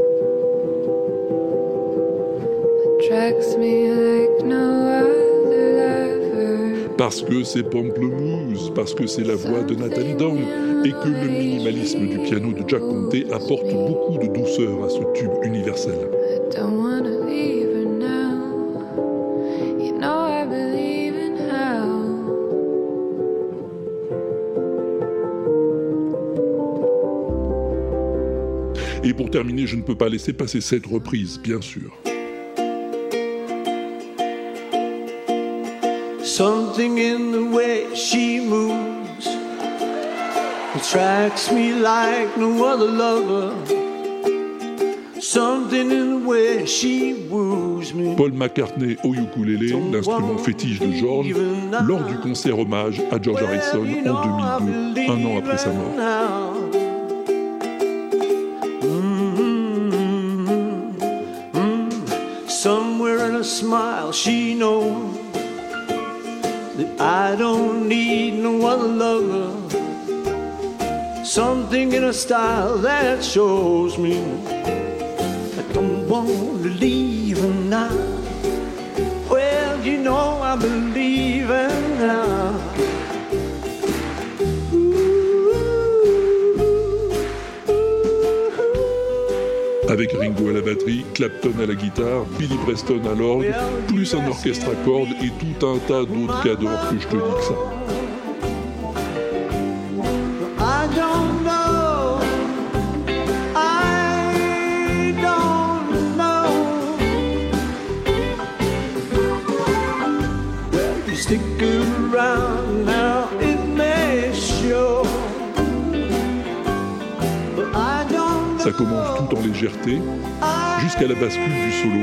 attracts me like no other lover. Parce que c'est Pamplemousse, parce que c'est la voix de Nathalie Down et que le minimalisme du piano de Jack Conte apporte beaucoup de douceur à ce tube universel. I don't wanna leave her now. You know I believe in how. Et pour terminer, je ne peux pas laisser passer cette reprise, bien sûr. Something in the way she moves attracts me like no other lover. Something in the way she woos me. Paul McCartney au ukulélé, l'instrument fétiche de George, lors du concert hommage à George Harrison en 2002, un an après sa mort. Somewhere in a smile she knows that I don't need no other lover. Something in a style that shows me I don't want to leave her now. Well, you know I believe in her. Avec Ringo à la batterie, Clapton à la guitare, Billy Preston à l'orgue, plus un orchestre à cordes et tout un tas d'autres cadors que je te dis que ça. I don't know. I don't know. Well, you stick around now, it may show. But I don't know. Ça commence tout en légèreté, jusqu'à la bascule du solo.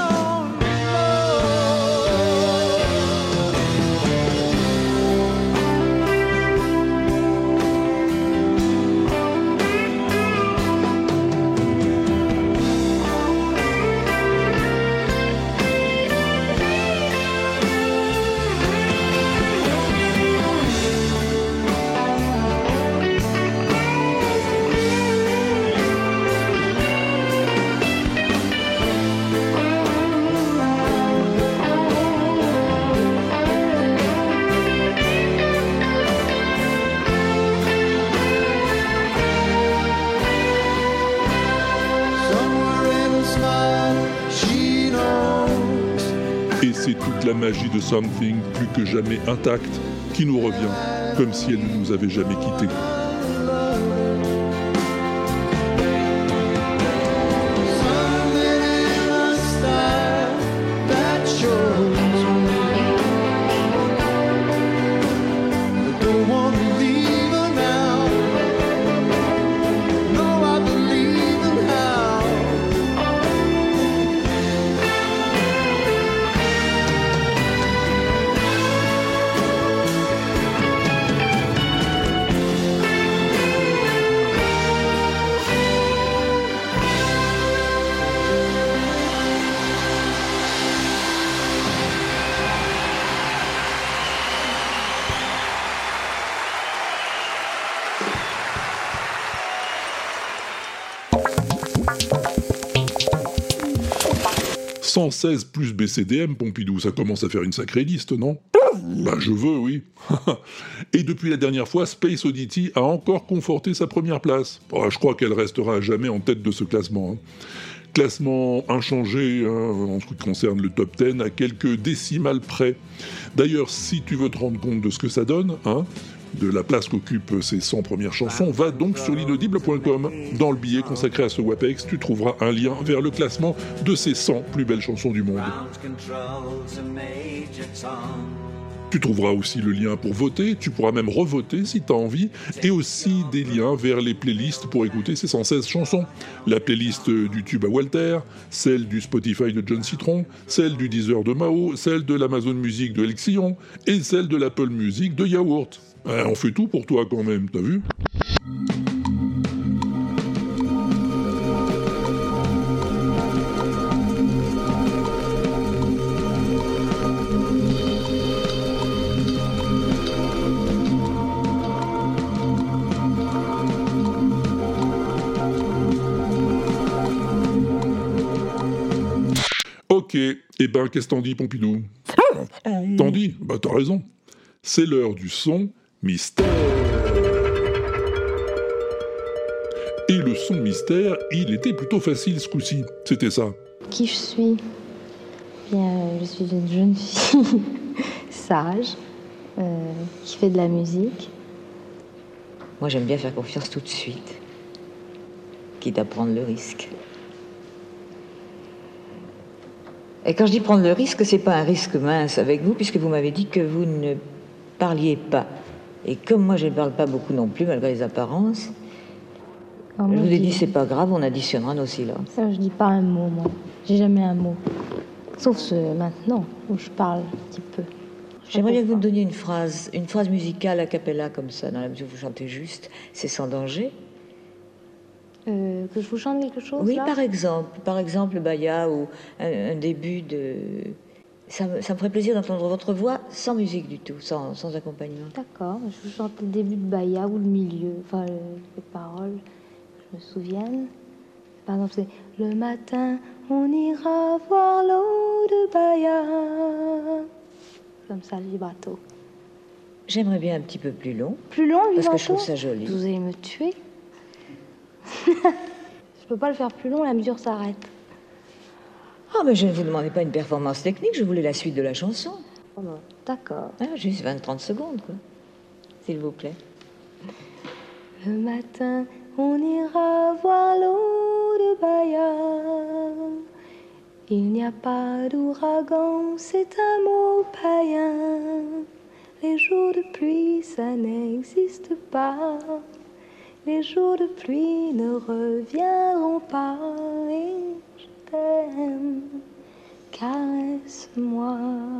Et c'est toute la magie de Something, plus que jamais intacte, qui nous revient, comme si elle ne nous avait jamais quittés. 116 plus BCDM, Pompidou, ça commence à faire une sacrée liste, non ? Bah je veux, oui. Et depuis la dernière fois, Space Oddity a encore conforté sa première place. Je crois qu'elle restera à jamais en tête de ce classement. Classement inchangé en ce qui concerne le top 10 à quelques décimales près. D'ailleurs, si tu veux te rendre compte de ce que ça donne, de la place qu'occupent ces 100 premières chansons, va donc sur l'inaudible.com. Dans le billet consacré à ce WAPEX, tu trouveras un lien vers le classement de ces 100 plus belles chansons du monde. Tu trouveras aussi le lien pour voter, tu pourras même revoter si tu as envie, et aussi des liens vers les playlists pour écouter ces 116 chansons. La playlist du tube à Walter, celle du Spotify de John Citron, celle du Deezer de Mao, celle de l'Amazon Music de Elxion, et celle de l'Apple Music de Yaourt. On fait tout pour toi quand même, t'as vu ? Ok, qu'est-ce t'en dis, Pompidou ? T'en dis ? T'as raison. C'est l'heure du son mystère. Et le son mystère, il était plutôt facile ce coup-ci. C'était ça. Qui je suis ? Bien, je suis une jeune fille sage, qui fait de la musique. Moi, j'aime bien faire confiance tout de suite, quitte à prendre le risque. Et quand je dis prendre le risque, c'est pas un risque mince avec vous, puisque vous m'avez dit que vous ne parliez pas. Et comme moi, je ne parle pas beaucoup non plus, malgré les apparences, je vous ai dit, c'est pas grave, on additionnera nos silences. Ça, je dis pas un mot, moi. J'ai jamais un mot. Sauf maintenant, où je parle un petit peu. J'aimerais bien que vous me donniez une phrase musicale a cappella, comme ça, dans la mesure où vous chantez juste. C'est sans danger. Que je vous chante quelque chose ? Oui, là par exemple, Baya, ou un début de... Ça me ferait plaisir d'entendre votre voix sans musique du tout, sans accompagnement. D'accord, je vous chante le début de Baya ou le milieu, enfin les paroles, je me souvienne. Par exemple, c'est « Le matin, on ira voir l'eau de Baya ». Comme ça, le vibrato. J'aimerais bien un petit peu plus long. Plus long, le vibrato ? Parce que je trouve ça joli. Vous allez me tuer. Je peux pas le faire plus long, la mesure s'arrête. Mais je ne vous demandais pas une performance technique, je voulais la suite de la chanson. D'accord. Juste 20-30 secondes, quoi. S'il vous plaît. Le matin, on ira voir l'eau de Baya. Il n'y a pas d'ouragan, c'est un mot païen. Les jours de pluie, ça n'existe pas. Les jours de pluie ne reviendront pas. Et je t'aime, caresse-moi.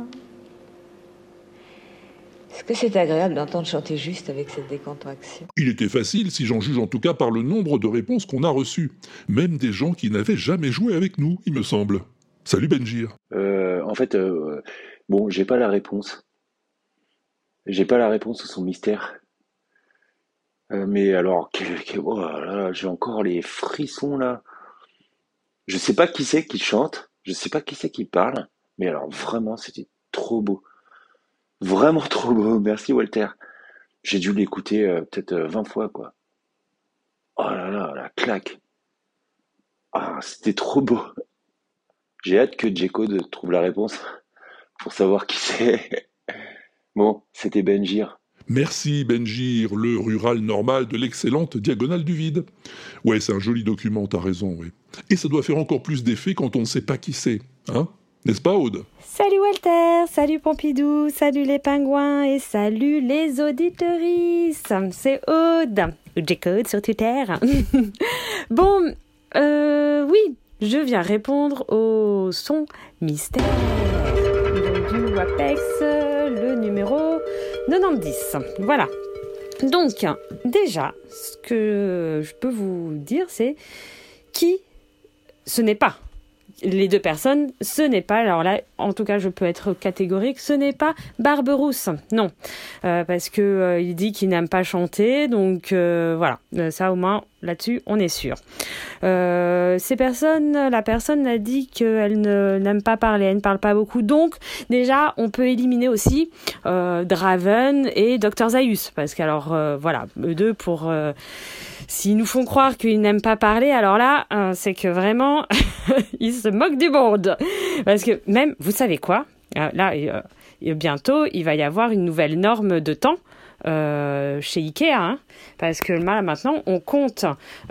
Est-ce que c'est agréable d'entendre chanter juste avec cette décontraction ? Il était facile, si j'en juge en tout cas par le nombre de réponses qu'on a reçues. Même des gens qui n'avaient jamais joué avec nous, il me semble. Salut Benjir. En fait, j'ai pas la réponse. J'ai pas la réponse au son mystère. Mais alors, oh là, j'ai encore les frissons là. Je sais pas qui c'est qui chante, je sais pas qui c'est qui parle, mais alors vraiment, c'était trop beau. Vraiment trop beau, merci Walter. J'ai dû l'écouter peut-être 20 fois, quoi. Oh là là, la claque. C'était trop beau. J'ai hâte que J-Code trouve la réponse pour savoir qui c'est. Bon, c'était Benjir. Merci Benjir, le rural normal de l'excellente Diagonale du Vide. Ouais, c'est un joli document, t'as raison, oui. Et ça doit faire encore plus d'effet quand on ne sait pas qui c'est, hein ? N'est-ce pas, Aude ? Salut Walter, salut Pompidou, salut les pingouins et salut les auditeuristes. C'est Aude, ou J-Code sur Twitter. Bon, oui, je viens répondre au son mystère du WAPEX, le numéro 90. Voilà. Donc, déjà, ce que je peux vous dire, c'est qui ce n'est pas. Les deux personnes, ce n'est pas, alors là, en tout cas, je peux être catégorique, ce n'est pas Barberousse, non. Parce que il dit qu'il n'aime pas chanter, donc voilà. Ça, au moins, Là-dessus, on est sûr. La personne a dit qu'elle n'aime pas parler, elle ne parle pas beaucoup. Donc, déjà, on peut éliminer aussi Draven et Dr Zaius. Parce qu'alors, voilà, eux deux, s'ils nous font croire qu'ils n'aiment pas parler, alors là, c'est que vraiment, ils se moquent du monde. Parce que même, vous savez quoi ? Bientôt, il va y avoir une nouvelle norme de temps chez Ikea, hein, parce que là maintenant on compte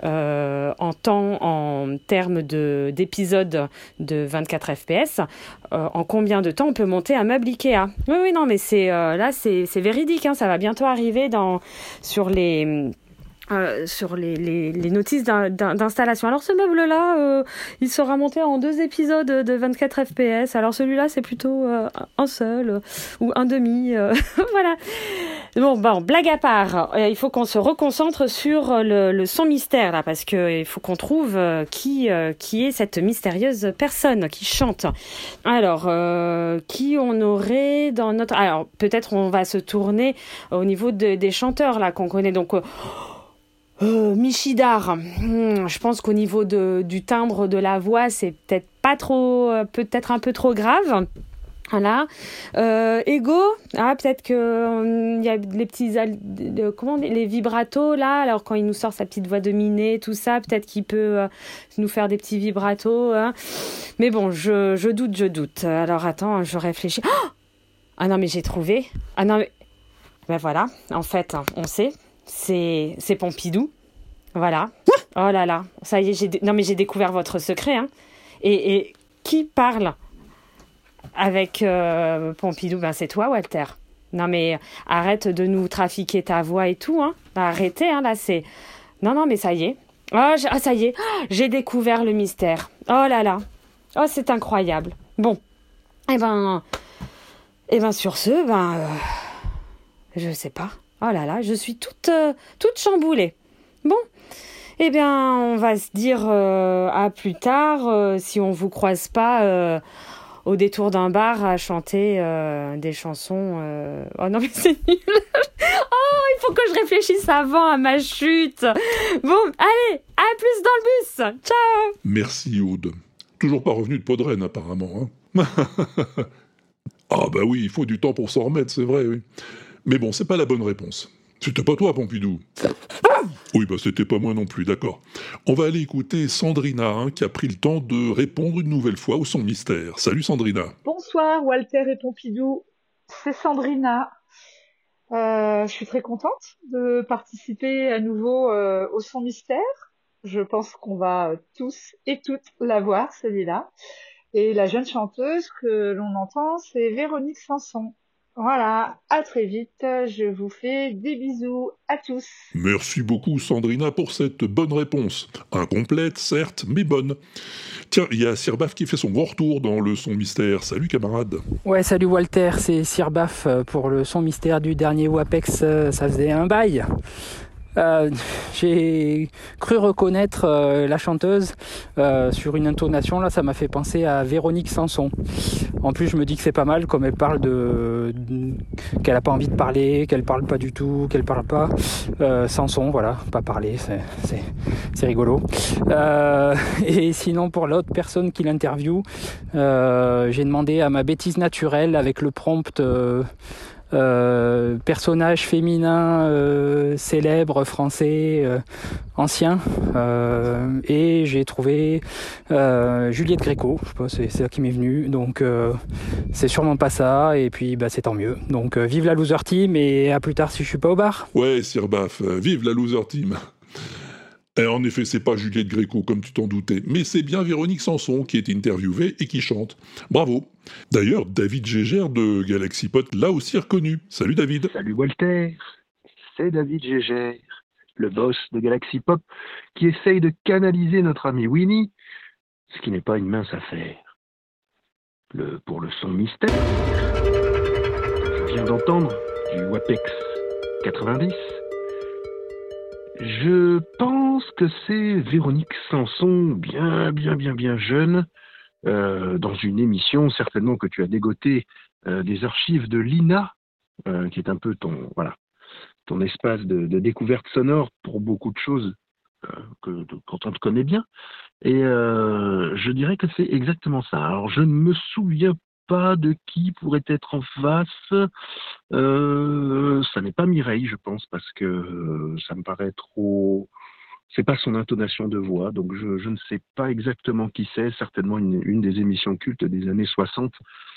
en termes d'épisodes de 24 fps, en combien de temps on peut monter un meuble Ikea. Oui, non, mais c'est véridique, hein, ça va bientôt arriver sur les notices d'installation. Alors ce meuble-là, il sera monté en 2 épisodes de 24 fps. Alors celui-là, c'est plutôt un seul ou un demi. Voilà. Bon, blague à part, il faut qu'on se reconcentre sur le son mystère, là, parce qu'il faut qu'on trouve qui est cette mystérieuse personne qui chante. Alors, qui on aurait dans notre... Alors, peut-être on va se tourner au niveau des chanteurs, là, qu'on connaît. Donc... Michidar, je pense qu'au niveau du timbre de la voix, c'est peut-être un peu trop grave. Voilà. Ego, peut-être que il y a les petits les vibratos là, alors quand il nous sort sa petite voix de minet, tout ça, peut-être qu'il peut nous faire des petits vibratos, hein. Mais bon, je doute. Alors attends, je réfléchis. Ah non, mais j'ai trouvé. Ah non, mais ben voilà, en fait, on sait. C'est Pompidou. Voilà. Oh là là. Ça y est, j'ai découvert votre secret, hein. Et qui parle avec Pompidou? Ben c'est toi, Walter. Non mais arrête de nous trafiquer ta voix et tout, hein. Arrêtez, hein, là c'est... Non, mais ça y est. Ça y est. J'ai découvert le mystère. Oh là là. Oh, c'est incroyable. Bon. Eh ben sur ce, je sais pas. Oh là là, je suis toute chamboulée. Bon, eh bien, on va se dire à plus tard, si on vous croise pas au détour d'un bar à chanter des chansons. Oh non, mais c'est nul. Oh, il faut que je réfléchisse avant à ma chute. Bon, allez, à plus dans le bus. Ciao. Merci, Aude. Toujours pas revenu de Podren, apparemment. Hein. Ah bah oui, il faut du temps pour s'en remettre, c'est vrai, oui. Mais bon, c'est pas la bonne réponse. C'était pas toi, Pompidou. Oui, c'était pas moi non plus, d'accord. On va aller écouter Sandrina, hein, qui a pris le temps de répondre une nouvelle fois au son mystère. Salut Sandrina. Bonsoir Walter et Pompidou, c'est Sandrina. Je suis très contente de participer à nouveau au son mystère. Je pense qu'on va tous et toutes la voir, celui-là. Et la jeune chanteuse que l'on entend, c'est Véronique Sanson. Voilà, à très vite, je vous fais des bisous à tous. Merci beaucoup Sandrina pour cette bonne réponse. Incomplète, certes, mais bonne. Tiens, il y a Sirbaf qui fait son grand retour dans le son mystère. Salut camarade. Ouais, salut Walter, c'est Sirbaf pour le son mystère du dernier WAPEX, ça faisait un bail. J'ai cru reconnaître la chanteuse sur une intonation, là ça m'a fait penser à Véronique Sanson. En plus je me dis que c'est pas mal comme elle parle qu'elle a pas envie de parler, qu'elle parle pas du tout, qu'elle parle pas. Sanson, voilà, pas parler, c'est rigolo. Et sinon pour l'autre personne qui l'interviewe, j'ai demandé à ma bêtise naturelle avec le prompt personnage féminin célèbre français ancien et j'ai trouvé Juliette Gréco, je sais pas, c'est ça qui m'est venu, donc c'est sûrement pas ça et puis c'est tant mieux, donc vive la loser team et à plus tard si je suis pas au bar. Ouais Sirbaf, vive la loser team. Et en effet, c'est pas Juliette Gréco, comme tu t'en doutais, mais c'est bien Véronique Sanson qui est interviewée et qui chante. Bravo. D'ailleurs, David Gégère de Galaxy Pot l'a aussi reconnu. Salut David. Salut Walter. C'est David Gégère, le boss de Galaxy Pop, qui essaye de canaliser notre ami Winnie, ce qui n'est pas une mince affaire. Pour le son mystère, je viens d'entendre du WAPEX 90. Je pense que c'est Véronique Sanson, bien jeune, dans une émission certainement que tu as dégoté des archives de l'INA, qui est un peu ton espace de découverte sonore pour beaucoup de choses quand on te connaît bien. Et je dirais que c'est exactement ça. Alors, je ne me souviens pas de qui pourrait être en face. Ça n'est pas Mireille, je pense, parce que ça me paraît trop... C'est pas son intonation de voix, donc je ne sais pas exactement qui c'est. Certainement une des émissions cultes des années 60,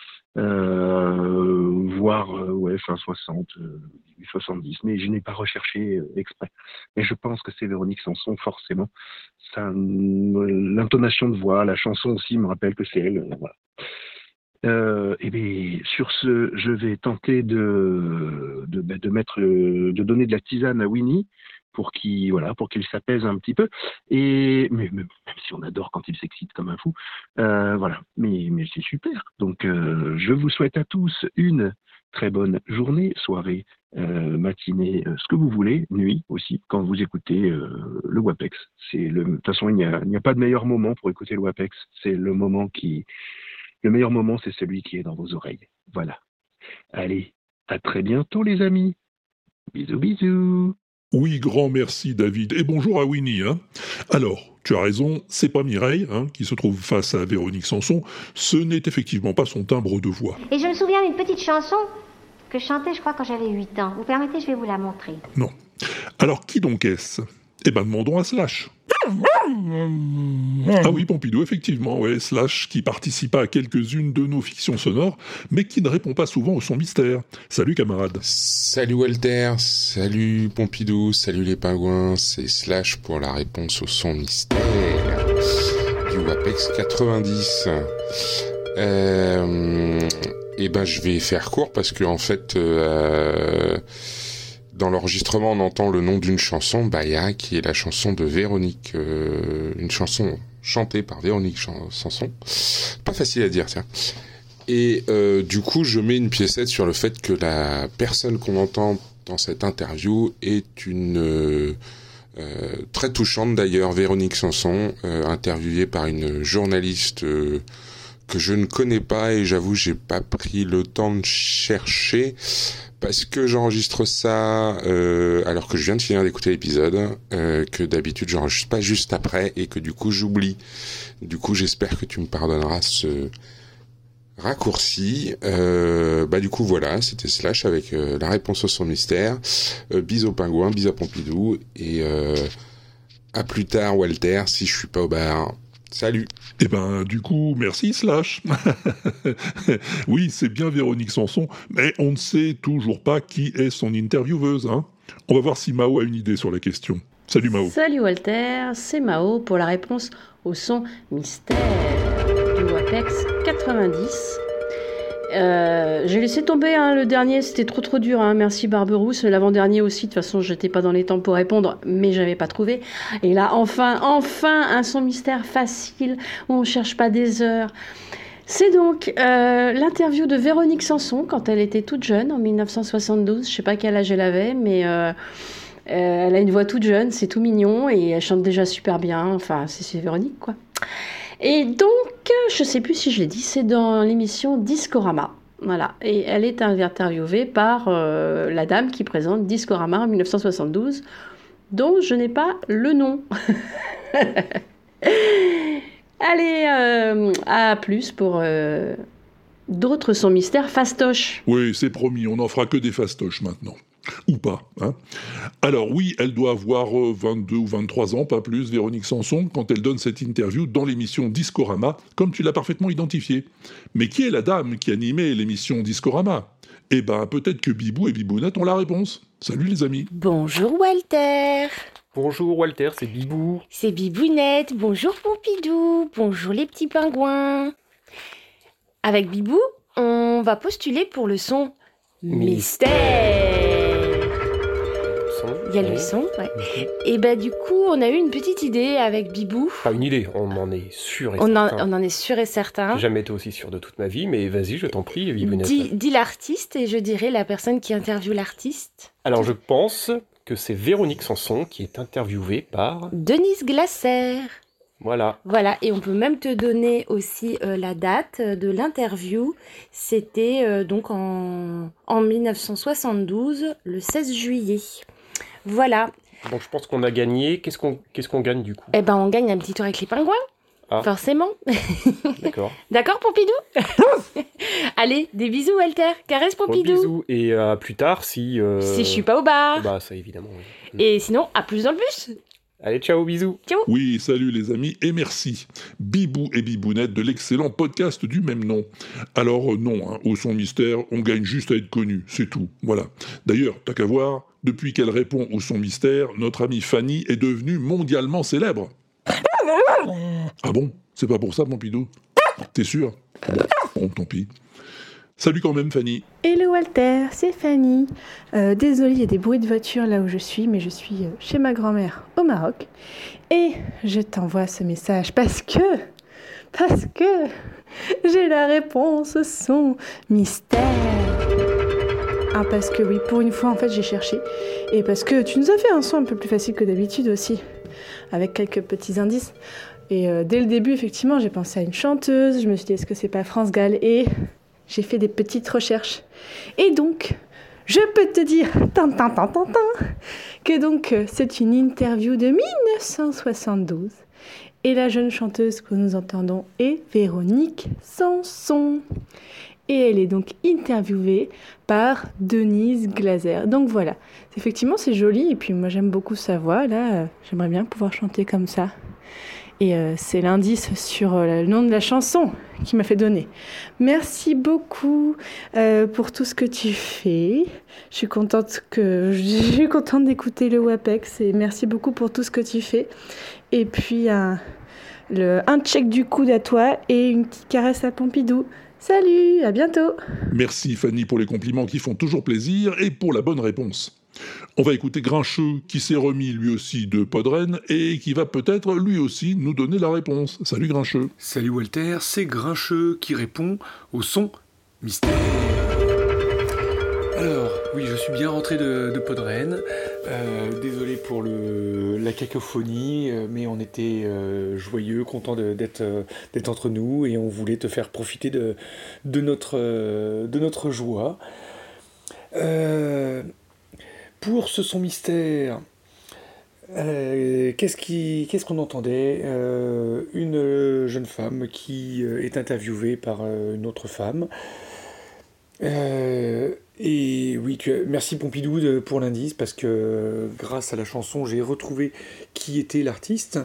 voire fin 60, début 70, mais je n'ai pas recherché exprès. Mais je pense que c'est Véronique Sanson, forcément. L'intonation de voix, la chanson aussi me rappelle que c'est elle. Voilà. Et bien, sur ce, je vais tenter de donner de la tisane à Winnie pour qu'il s'apaise un petit peu. Et mais même si on adore quand il s'excite comme un fou, voilà. Mais c'est super. Donc, je vous souhaite à tous une très bonne journée, soirée, matinée, ce que vous voulez, nuit aussi, quand vous écoutez le WAPEX. De toute façon, il n'y a pas de meilleur moment pour écouter le WAPEX. C'est le meilleur moment, c'est celui qui est dans vos oreilles. Voilà. Allez, à très bientôt les amis. Bisous, bisous. Oui, grand merci David. Et bonjour à Winnie. Alors, tu as raison, c'est pas Mireille qui se trouve face à Véronique Sanson. Ce n'est effectivement pas son timbre de voix. Et je me souviens d'une petite chanson que je chantais, je crois, quand j'avais 8 ans. Vous permettez, je vais vous la montrer. Non. Alors, qui donc est-ce ? Eh ben, demandons à Slash. Ah oui, Pompidou, effectivement, ouais, Slash, qui participa à quelques-unes de nos fictions sonores, mais qui ne répond pas souvent au son mystère. Salut, camarade. Salut, Walter. Salut, Pompidou. Salut, les pingouins. C'est Slash pour la réponse au son mystère du WAPEX 90. Eh ben, je vais faire court parce que, en fait, dans l'enregistrement, on entend le nom d'une chanson, Baya, qui est la chanson de Véronique, une chanson chantée par Véronique Sanson. Pas facile à dire, tiens. Et du coup, je mets une piécette sur le fait que la personne qu'on entend dans cette interview est une très touchante d'ailleurs, Véronique Sanson, interviewée par une journaliste que je ne connais pas, et j'avoue, j'ai pas pris le temps de chercher. Parce que j'enregistre ça alors que je viens de finir d'écouter l'épisode, que d'habitude j'enregistre pas juste après et que du coup j'oublie. Du coup j'espère que tu me pardonneras ce raccourci. Du coup voilà, c'était Slash avec la réponse au son mystère. Bisous aux pingouins, bisous à Pompidou et à plus tard Walter si je suis pas au bar. Salut. Eh ben, du coup, merci Slash. Oui, c'est bien Véronique Sanson, mais on ne sait toujours pas qui est son intervieweuse. On va voir si Mao a une idée sur la question. Salut Mao. Salut Walter, c'est Mao pour la réponse au son mystère du WAPEX 90. J'ai laissé tomber le dernier, c'était trop dur, merci Barberousse. L'avant-dernier aussi, de toute façon j'étais pas dans les temps pour répondre, mais j'avais pas trouvé. Et là enfin un son mystère facile où on cherche pas des heures. C'est donc l'interview de Véronique Sanson quand elle était toute jeune en 1972. Je sais pas quel âge elle avait, mais elle a une voix toute jeune, c'est tout mignon et elle chante déjà super bien. Enfin c'est Véronique quoi. Et donc, je sais plus si je l'ai dit, c'est dans l'émission Discorama. Voilà. Et elle est interviewée par la dame qui présente Discorama en 1972, dont je n'ai pas le nom. Allez, à plus pour d'autres sons mystères fastoches. Oui, c'est promis, on n'en fera que des fastoches maintenant. Ou pas, Alors oui, elle doit avoir 22 ou 23 ans, pas plus, Véronique Sanson, quand elle donne cette interview dans l'émission Discorama, comme tu l'as parfaitement identifié. Mais qui est la dame qui animait l'émission Discorama ? Eh ben, peut-être que Bibou et Bibounette ont la réponse. Salut les amis. Bonjour Walter. Bonjour Walter, c'est Bibou. C'est Bibounette. Bonjour Pompidou. Bonjour les petits pingouins. Avec Bibou, on va postuler pour le son mystère. Il y a le son, ouais. Et du coup, on a eu une petite idée avec Bibou. Pas une idée, on en est sûr et certain. On en est sûr et certain. J'ai jamais été aussi sûr de toute ma vie, mais vas-y, je t'en prie, Bibounette. Dis l'artiste et je dirai la personne qui interviewe l'artiste. Alors, je pense que c'est Véronique Sanson qui est interviewée par... Denise Glaser. Voilà, et on peut même te donner aussi la date de l'interview. C'était donc en 1972, le 16 juillet. Voilà. Donc je pense qu'on a gagné. Qu'est-ce qu'on gagne du coup? Eh ben, on gagne un petit tour avec les pingouins. Ah. Forcément. D'accord. D'accord, Pompidou? Allez, des bisous, Walter. Caresse, Gros Pompidou. bisous et à plus tard si... Si je suis pas au bar. Bah ça évidemment. Oui. Et sinon, à plus dans le bus. Allez, ciao, bisous. Ciao. Oui, salut les amis, et merci. Bibou et Bibounette de l'excellent podcast du même nom. Alors non, hein, au son mystère, on gagne juste à être connu, c'est tout, voilà. D'ailleurs, t'as qu'à voir, depuis qu'elle répond au son mystère, notre amie Fanny est devenue mondialement célèbre. Ah bon? C'est pas pour ça, Pompidou? T'es sûr? Bon, tant pis. Salut quand même, Fanny. Hello Walter, c'est Fanny. Désolée, il y a des bruits de voiture là où je suis, mais je suis chez ma grand-mère au Maroc. Et je t'envoie ce message parce que j'ai la réponse au son mystère. Ah, parce que oui, pour une fois, en fait, j'ai cherché. Et parce que tu nous as fait un son un peu plus facile que d'habitude aussi, avec quelques petits indices. Et dès le début, effectivement, j'ai pensé à une chanteuse. Je me suis dit, est-ce que c'est pas France Gall? Et j'ai fait des petites recherches. Et donc, je peux te dire, que donc c'est une interview de 1972. Et la jeune chanteuse que nous entendons est Véronique Sanson. Et elle est donc interviewée par Denise Glaser. Donc voilà, effectivement c'est joli. Et puis moi j'aime beaucoup sa voix. Là, j'aimerais bien pouvoir chanter comme ça. Et c'est l'indice sur le nom de la chanson qui m'a fait donner. Merci beaucoup pour tout ce que tu fais. Je suis contente d'écouter le WAPEX et merci beaucoup pour tout ce que tu fais. Et puis un check du coude à toi et une petite caresse à Pompidou. Salut, à bientôt. Merci Fanny pour les compliments qui font toujours plaisir et pour la bonne réponse. On va écouter Grincheux qui s'est remis lui aussi de Podren et qui va peut-être lui aussi nous donner la réponse. Salut Grincheux. Salut Walter, c'est Grincheux qui répond au son mystère. Alors, oui, je suis bien rentré de Podren. Désolé pour la cacophonie, mais on était joyeux, contents d'être entre nous et on voulait te faire profiter de notre joie. Pour ce son mystère, qu'est-ce qu'on entendait? Une jeune femme qui est interviewée par une autre femme. Et oui, merci Pompidou pour l'indice, parce que grâce à la chanson, j'ai retrouvé qui était l'artiste.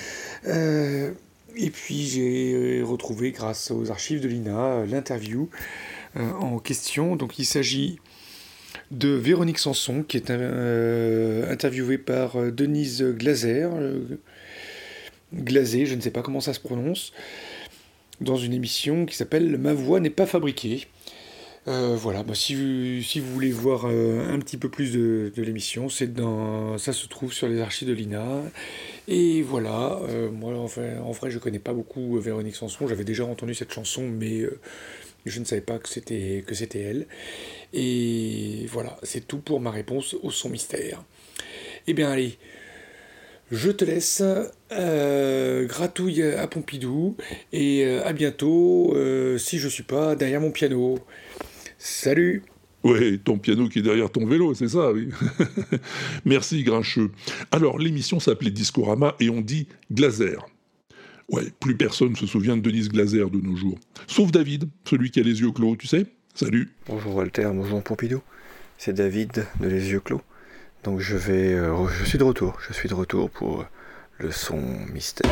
Et puis j'ai retrouvé, grâce aux archives de l'INA, l'interview en question. Donc il s'agit de Véronique Sanson, qui est interviewée par Denise Glaser, Glazé, je ne sais pas comment ça se prononce, dans une émission qui s'appelle « Ma voix n'est pas fabriquée ». Voilà, si vous voulez voir un petit peu plus de l'émission, ça se trouve sur les archives de l'INA. Et voilà, moi en vrai je connais pas beaucoup Véronique Sanson, j'avais déjà entendu cette chanson, mais je ne savais pas que c'était elle. Et voilà, c'est tout pour ma réponse au son mystère. Eh bien allez, je te laisse, gratouille à Pompidou, et à bientôt, si je suis pas derrière mon piano. Salut! Ouais, ton piano qui est derrière ton vélo, c'est ça, oui. Merci, Grincheux. Alors, l'émission s'appelait Discorama et on dit Glaser. Ouais, plus personne se souvient de Denise Glaser de nos jours. Sauf David, celui qui a les yeux clos, tu sais. Salut. Bonjour Walter, bonjour Pompidou. C'est David de Les Yeux Clos. Donc je suis de retour pour le son mystère.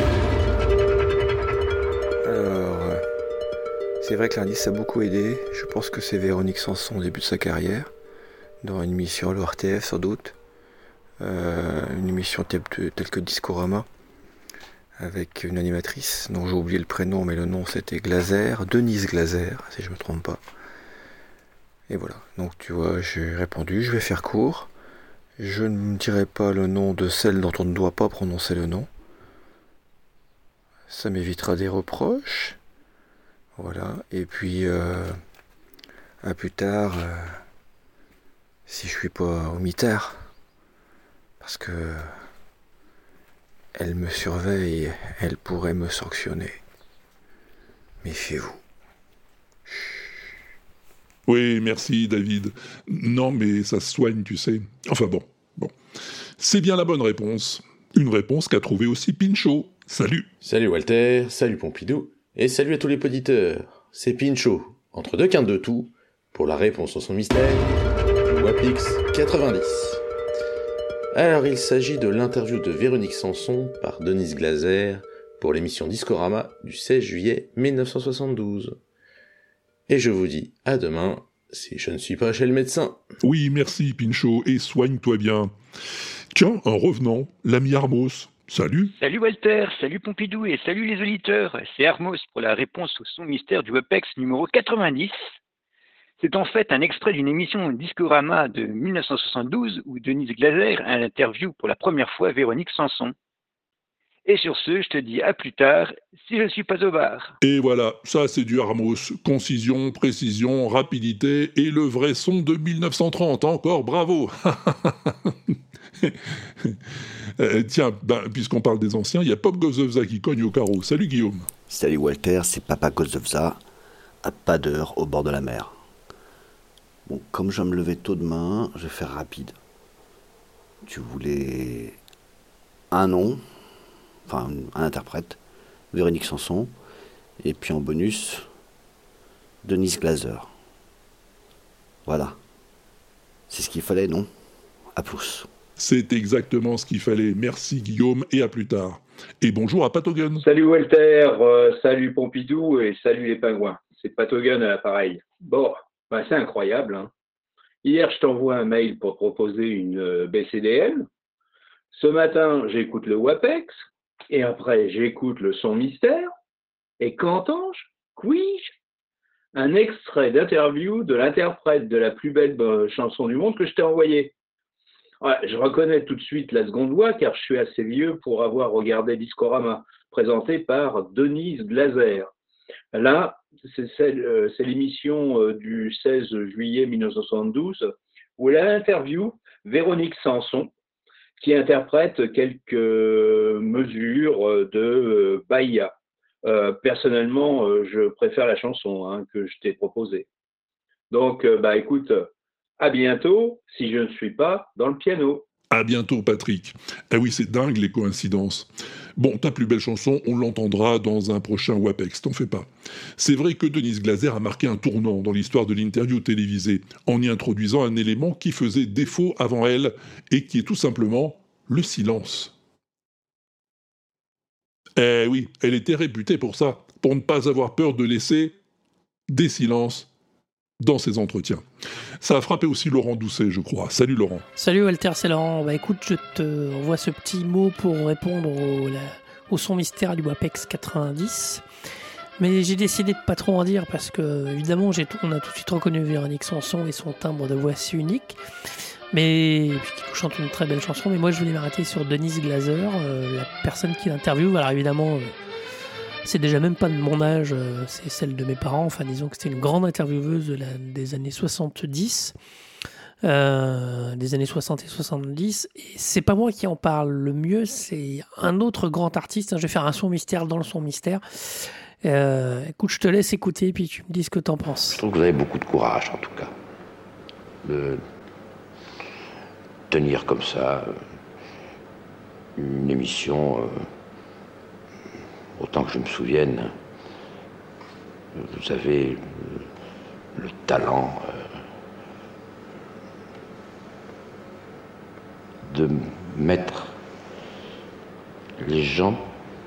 Alors, c'est vrai que l'indice a beaucoup aidé. Je pense que c'est Véronique Sanson au début de sa carrière, dans une émission à l'ORTF sans doute, une émission telle que Discorama, avec une animatrice dont j'ai oublié le prénom, mais le nom c'était Glaser, Denise Glaser, si je ne me trompe pas. Et voilà, donc tu vois, j'ai répondu, je vais faire court. Je ne dirai pas le nom de celle dont on ne doit pas prononcer le nom. Ça m'évitera des reproches. Voilà, et puis à plus tard, si je suis pas au mitard, parce que elle me surveille, elle pourrait me sanctionner. Méfiez-vous. Oui, merci David. Non, mais ça se soigne, tu sais. Enfin bon. C'est bien la bonne réponse. Une réponse qu'a trouvée aussi Pinchot. Salut. Salut Walter, salut Pompidou, et salut à tous les poditeurs. C'est Pinchot, entre deux quintes de tout, pour la réponse au son mystère, WAPX 90. Alors il s'agit de l'interview de Véronique Sanson par Denise Glaser pour l'émission Discorama du 16 juillet 1972. Et je vous dis à demain, si je ne suis pas chez le médecin. Oui, merci Pinchot, et soigne-toi bien. Tiens, un revenant, l'ami Armos. Salut. Salut Walter, salut Pompidou et salut les auditeurs. C'est Armos pour la réponse au son mystère du WAPEX numéro 90. C'est en fait un extrait d'une émission Discorama de 1972 où Denise Glaser a l'interview pour la première fois Véronique Sanson. Et sur ce, je te dis à plus tard, si je ne suis pas au bar. Et voilà, ça c'est du Armos. Concision, précision, rapidité et le vrai son de 1930. Encore bravo. Tiens, puisqu'on parle des anciens, il y a Pop Gozovza qui cogne au carreau. Salut Guillaume. Salut Walter, c'est Papa Gozovza, à pas d'heure au bord de la mer. Bon, comme je vais me lever tôt demain, je vais faire rapide. Tu voulais un nom, enfin un interprète, Véronique Sanson, et puis en bonus, Denise Glaser. Voilà. C'est ce qu'il fallait, non ? À plus. C'est exactement ce qu'il fallait. Merci Guillaume et à plus tard. Et bonjour à Patogun. Salut Walter, salut Pompidou et salut les pingouins. C'est Patogun à l'appareil. Bon, c'est incroyable. Hein. Hier, je t'envoie un mail pour te proposer une BCDL. Ce matin, j'écoute le WAPEX. Et après, j'écoute le son mystère. Et qu'entends-je ? Puis-je ? Un extrait d'interview de l'interprète de la plus belle chanson du monde que je t'ai envoyé. Ouais, je reconnais tout de suite la seconde voix car je suis assez vieux pour avoir regardé Discorama, présenté par Denise Glaser. Là, c'est l'émission du 16 juillet 1972 où elle interview Véronique Sanson qui interprète quelques mesures de Bahia. Personnellement, je préfère la chanson que je t'ai proposée. Donc, écoute, à bientôt, si je ne suis pas dans le piano. À bientôt, Patrick. Ah oui, c'est dingue les coïncidences. Bon, ta plus belle chanson, on l'entendra dans un prochain WAPEX, t'en fais pas. C'est vrai que Denise Glaser a marqué un tournant dans l'histoire de l'interview télévisée, en y introduisant un élément qui faisait défaut avant elle, et qui est tout simplement le silence. Eh oui, elle était réputée pour ça, pour ne pas avoir peur de laisser des silences dans ses entretiens. Ça a frappé aussi Laurent Doucet, je crois. Salut Laurent. Salut Walter, c'est Laurent. Écoute, je te envoie ce petit mot pour répondre au son mystère du WAPEX 90. Mais j'ai décidé de pas trop en dire parce que, évidemment, on a tout de suite reconnu Véronique Sanson et son timbre de voix si unique. Mais puis qui nous chante une très belle chanson. Mais moi, je voulais m'arrêter sur Denise Glaser, la personne qui l'interviewe. Alors évidemment, c'est déjà même pas de mon âge, c'est celle de mes parents. Enfin, disons que c'était une grande intervieweuse des années 70, des années 60 et 70. Et c'est pas moi qui en parle le mieux, c'est un autre grand artiste. Je vais faire un son mystère dans le son mystère. Écoute, je te laisse écouter, puis tu me dis ce que t'en penses. Je trouve que vous avez beaucoup de courage, en tout cas. De tenir comme ça une émission... Autant que je me souvienne, vous avez le talent de mettre les gens,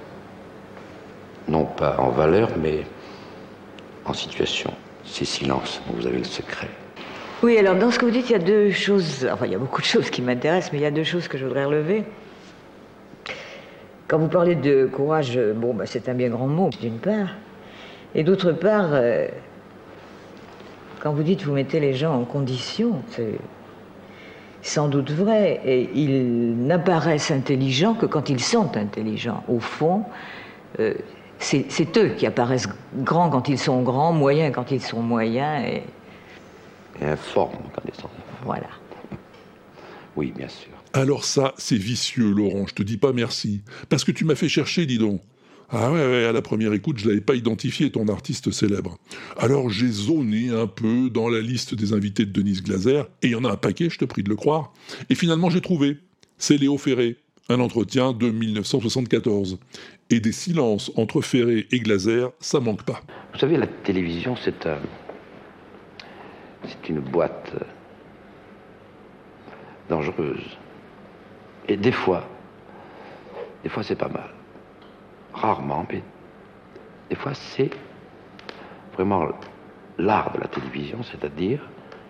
non pas en valeur, mais en situation. Ces silences dont vous avez le secret. Oui, alors dans ce que vous dites, il y a deux choses, enfin il y a beaucoup de choses qui m'intéressent, mais il y a deux choses que je voudrais relever. Quand vous parlez de courage, c'est un bien grand mot, d'une part. Et d'autre part, quand vous dites vous mettez les gens en condition, c'est sans doute vrai. Et ils n'apparaissent intelligents que quand ils sont intelligents. Au fond, c'est eux qui apparaissent grands quand ils sont grands, moyens quand ils sont moyens. Et informes quand ils sont... Voilà. Oui, bien sûr. Alors ça, c'est vicieux, Laurent, je te dis pas merci. Parce que tu m'as fait chercher, dis donc. Ah ouais, à la première écoute, je l'avais pas identifié, ton artiste célèbre. Alors j'ai zoné un peu dans la liste des invités de Denise Glaser, et il y en a un paquet, je te prie de le croire. Et finalement, j'ai trouvé. C'est Léo Ferré, un entretien de 1974. Et des silences entre Ferré et Glaser, ça manque pas. Vous savez, la télévision, c'est une boîte dangereuse. Et des fois, c'est pas mal. Rarement, mais des fois, c'est vraiment l'art de la télévision, c'est-à-dire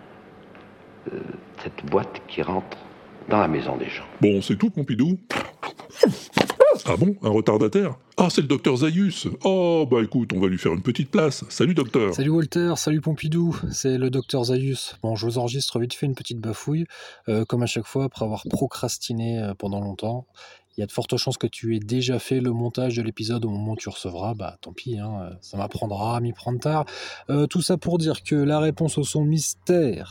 cette boîte qui rentre dans la maison des gens. Bon, c'est tout, Pompidou? Ah bon, un retardataire? Ah, c'est le docteur Zaius. Oh, bah écoute, on va lui faire une petite place. Salut, docteur. Salut Walter, salut Pompidou, c'est le docteur Zaius. Bon, je vous enregistre vite fait une petite bafouille. Comme à chaque fois, après avoir procrastiné pendant longtemps, il y a de fortes chances que tu aies déjà fait le montage de l'épisode au moment où tu recevras. Bah tant pis, hein, ça m'apprendra à m'y prendre tard. Tout ça pour dire que la réponse au son mystère...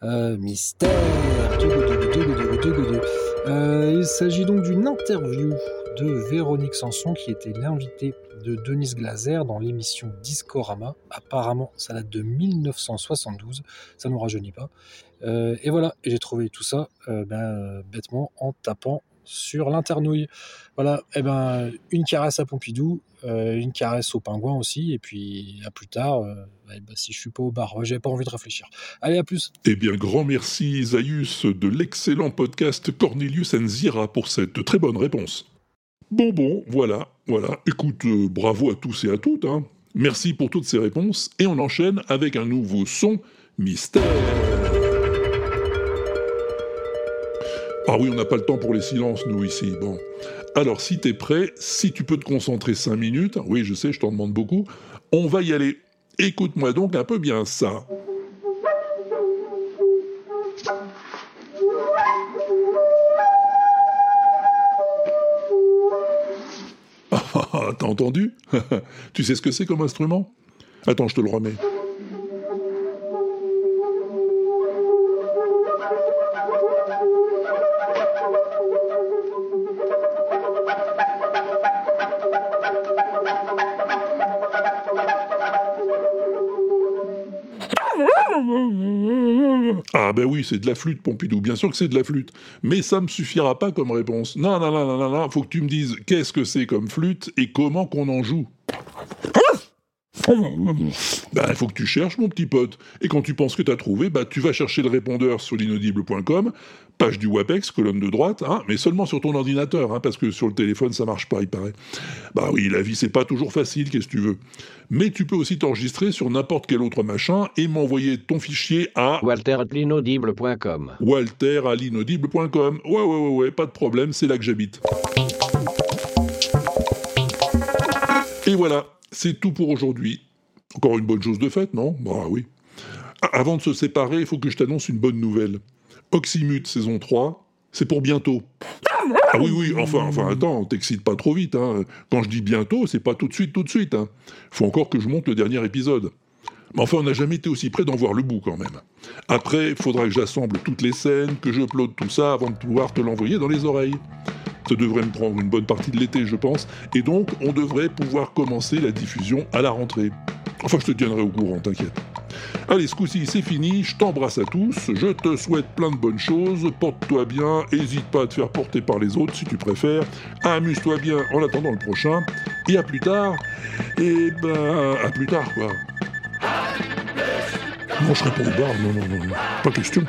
il s'agit donc d'une interview de Véronique Sanson qui était l'invitée de Denise Glaser dans l'émission Discorama. Apparemment, ça date de 1972, ça ne nous rajeunit pas. Et voilà, et j'ai trouvé tout ça bêtement en tapant sur l'internouille. Voilà, et une caresse à Pompidou, une caresse au pingouin aussi, et puis à plus tard, si je suis pas au bar, j'avais pas envie de réfléchir. Allez, à plus. Eh bien, grand merci Zaius de l'excellent podcast Cornelius and Zira pour cette très bonne réponse. Bon, voilà. Écoute, bravo à tous et à toutes, hein. Merci pour toutes ces réponses, et on enchaîne avec un nouveau son mystère. Ah oui, on n'a pas le temps pour les silences, nous, ici. Bon. Alors, si t'es prêt, si tu peux te concentrer 5 minutes, oui, je sais, je t'en demande beaucoup, on va y aller. Écoute-moi donc un peu bien ça. Ah, t'as entendu? Tu sais ce que c'est comme instrument? Attends, je te le remets. Ah ben oui, c'est de la flûte, Pompidou, bien sûr que c'est de la flûte. Mais ça me suffira pas comme réponse. Non, faut que tu me dises qu'est-ce que c'est comme flûte et comment qu'on en joue. Il faut que tu cherches, mon petit pote. Et quand tu penses que t'as trouvé, tu vas chercher le répondeur sur l'inaudible.com, page du WAPEX, colonne de droite, hein, mais seulement sur ton ordinateur, hein, parce que sur le téléphone, ça marche pas, il paraît. Bah oui, la vie, c'est pas toujours facile, qu'est-ce que tu veux. Mais tu peux aussi t'enregistrer sur n'importe quel autre machin et m'envoyer ton fichier à... walter@l'inaudible.com. walter@l'inaudible.com. Ouais, pas de problème, c'est là que j'habite. Et voilà. C'est tout pour aujourd'hui. Encore une bonne chose de faite, non? Bah oui. Avant de se séparer, il faut que je t'annonce une bonne nouvelle. Oxymute saison 3, c'est pour bientôt. Ah oui, enfin, attends, t'excites pas trop vite, hein. Quand je dis bientôt, c'est pas tout de suite, hein. Faut encore que je monte le dernier épisode. Mais enfin, on n'a jamais été aussi près d'en voir le bout, quand même. Après, il faudra que j'assemble toutes les scènes, que je upload tout ça avant de pouvoir te l'envoyer dans les oreilles. Ça devrait me prendre une bonne partie de l'été, je pense, et donc on devrait pouvoir commencer la diffusion à la rentrée. Enfin, je te tiendrai au courant, t'inquiète. Allez, ce coup-ci, c'est fini, je t'embrasse à tous, je te souhaite plein de bonnes choses, porte-toi bien, hésite pas à te faire porter par les autres si tu préfères, amuse-toi bien en attendant le prochain, et à plus tard, à plus tard, quoi. Non, je serai pas au bar, non, pas question.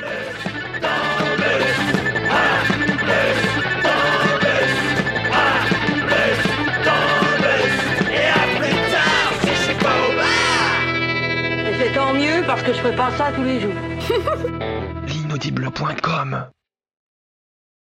C'est tant mieux parce que je ferai pas ça tous les jours. L'inaudible.com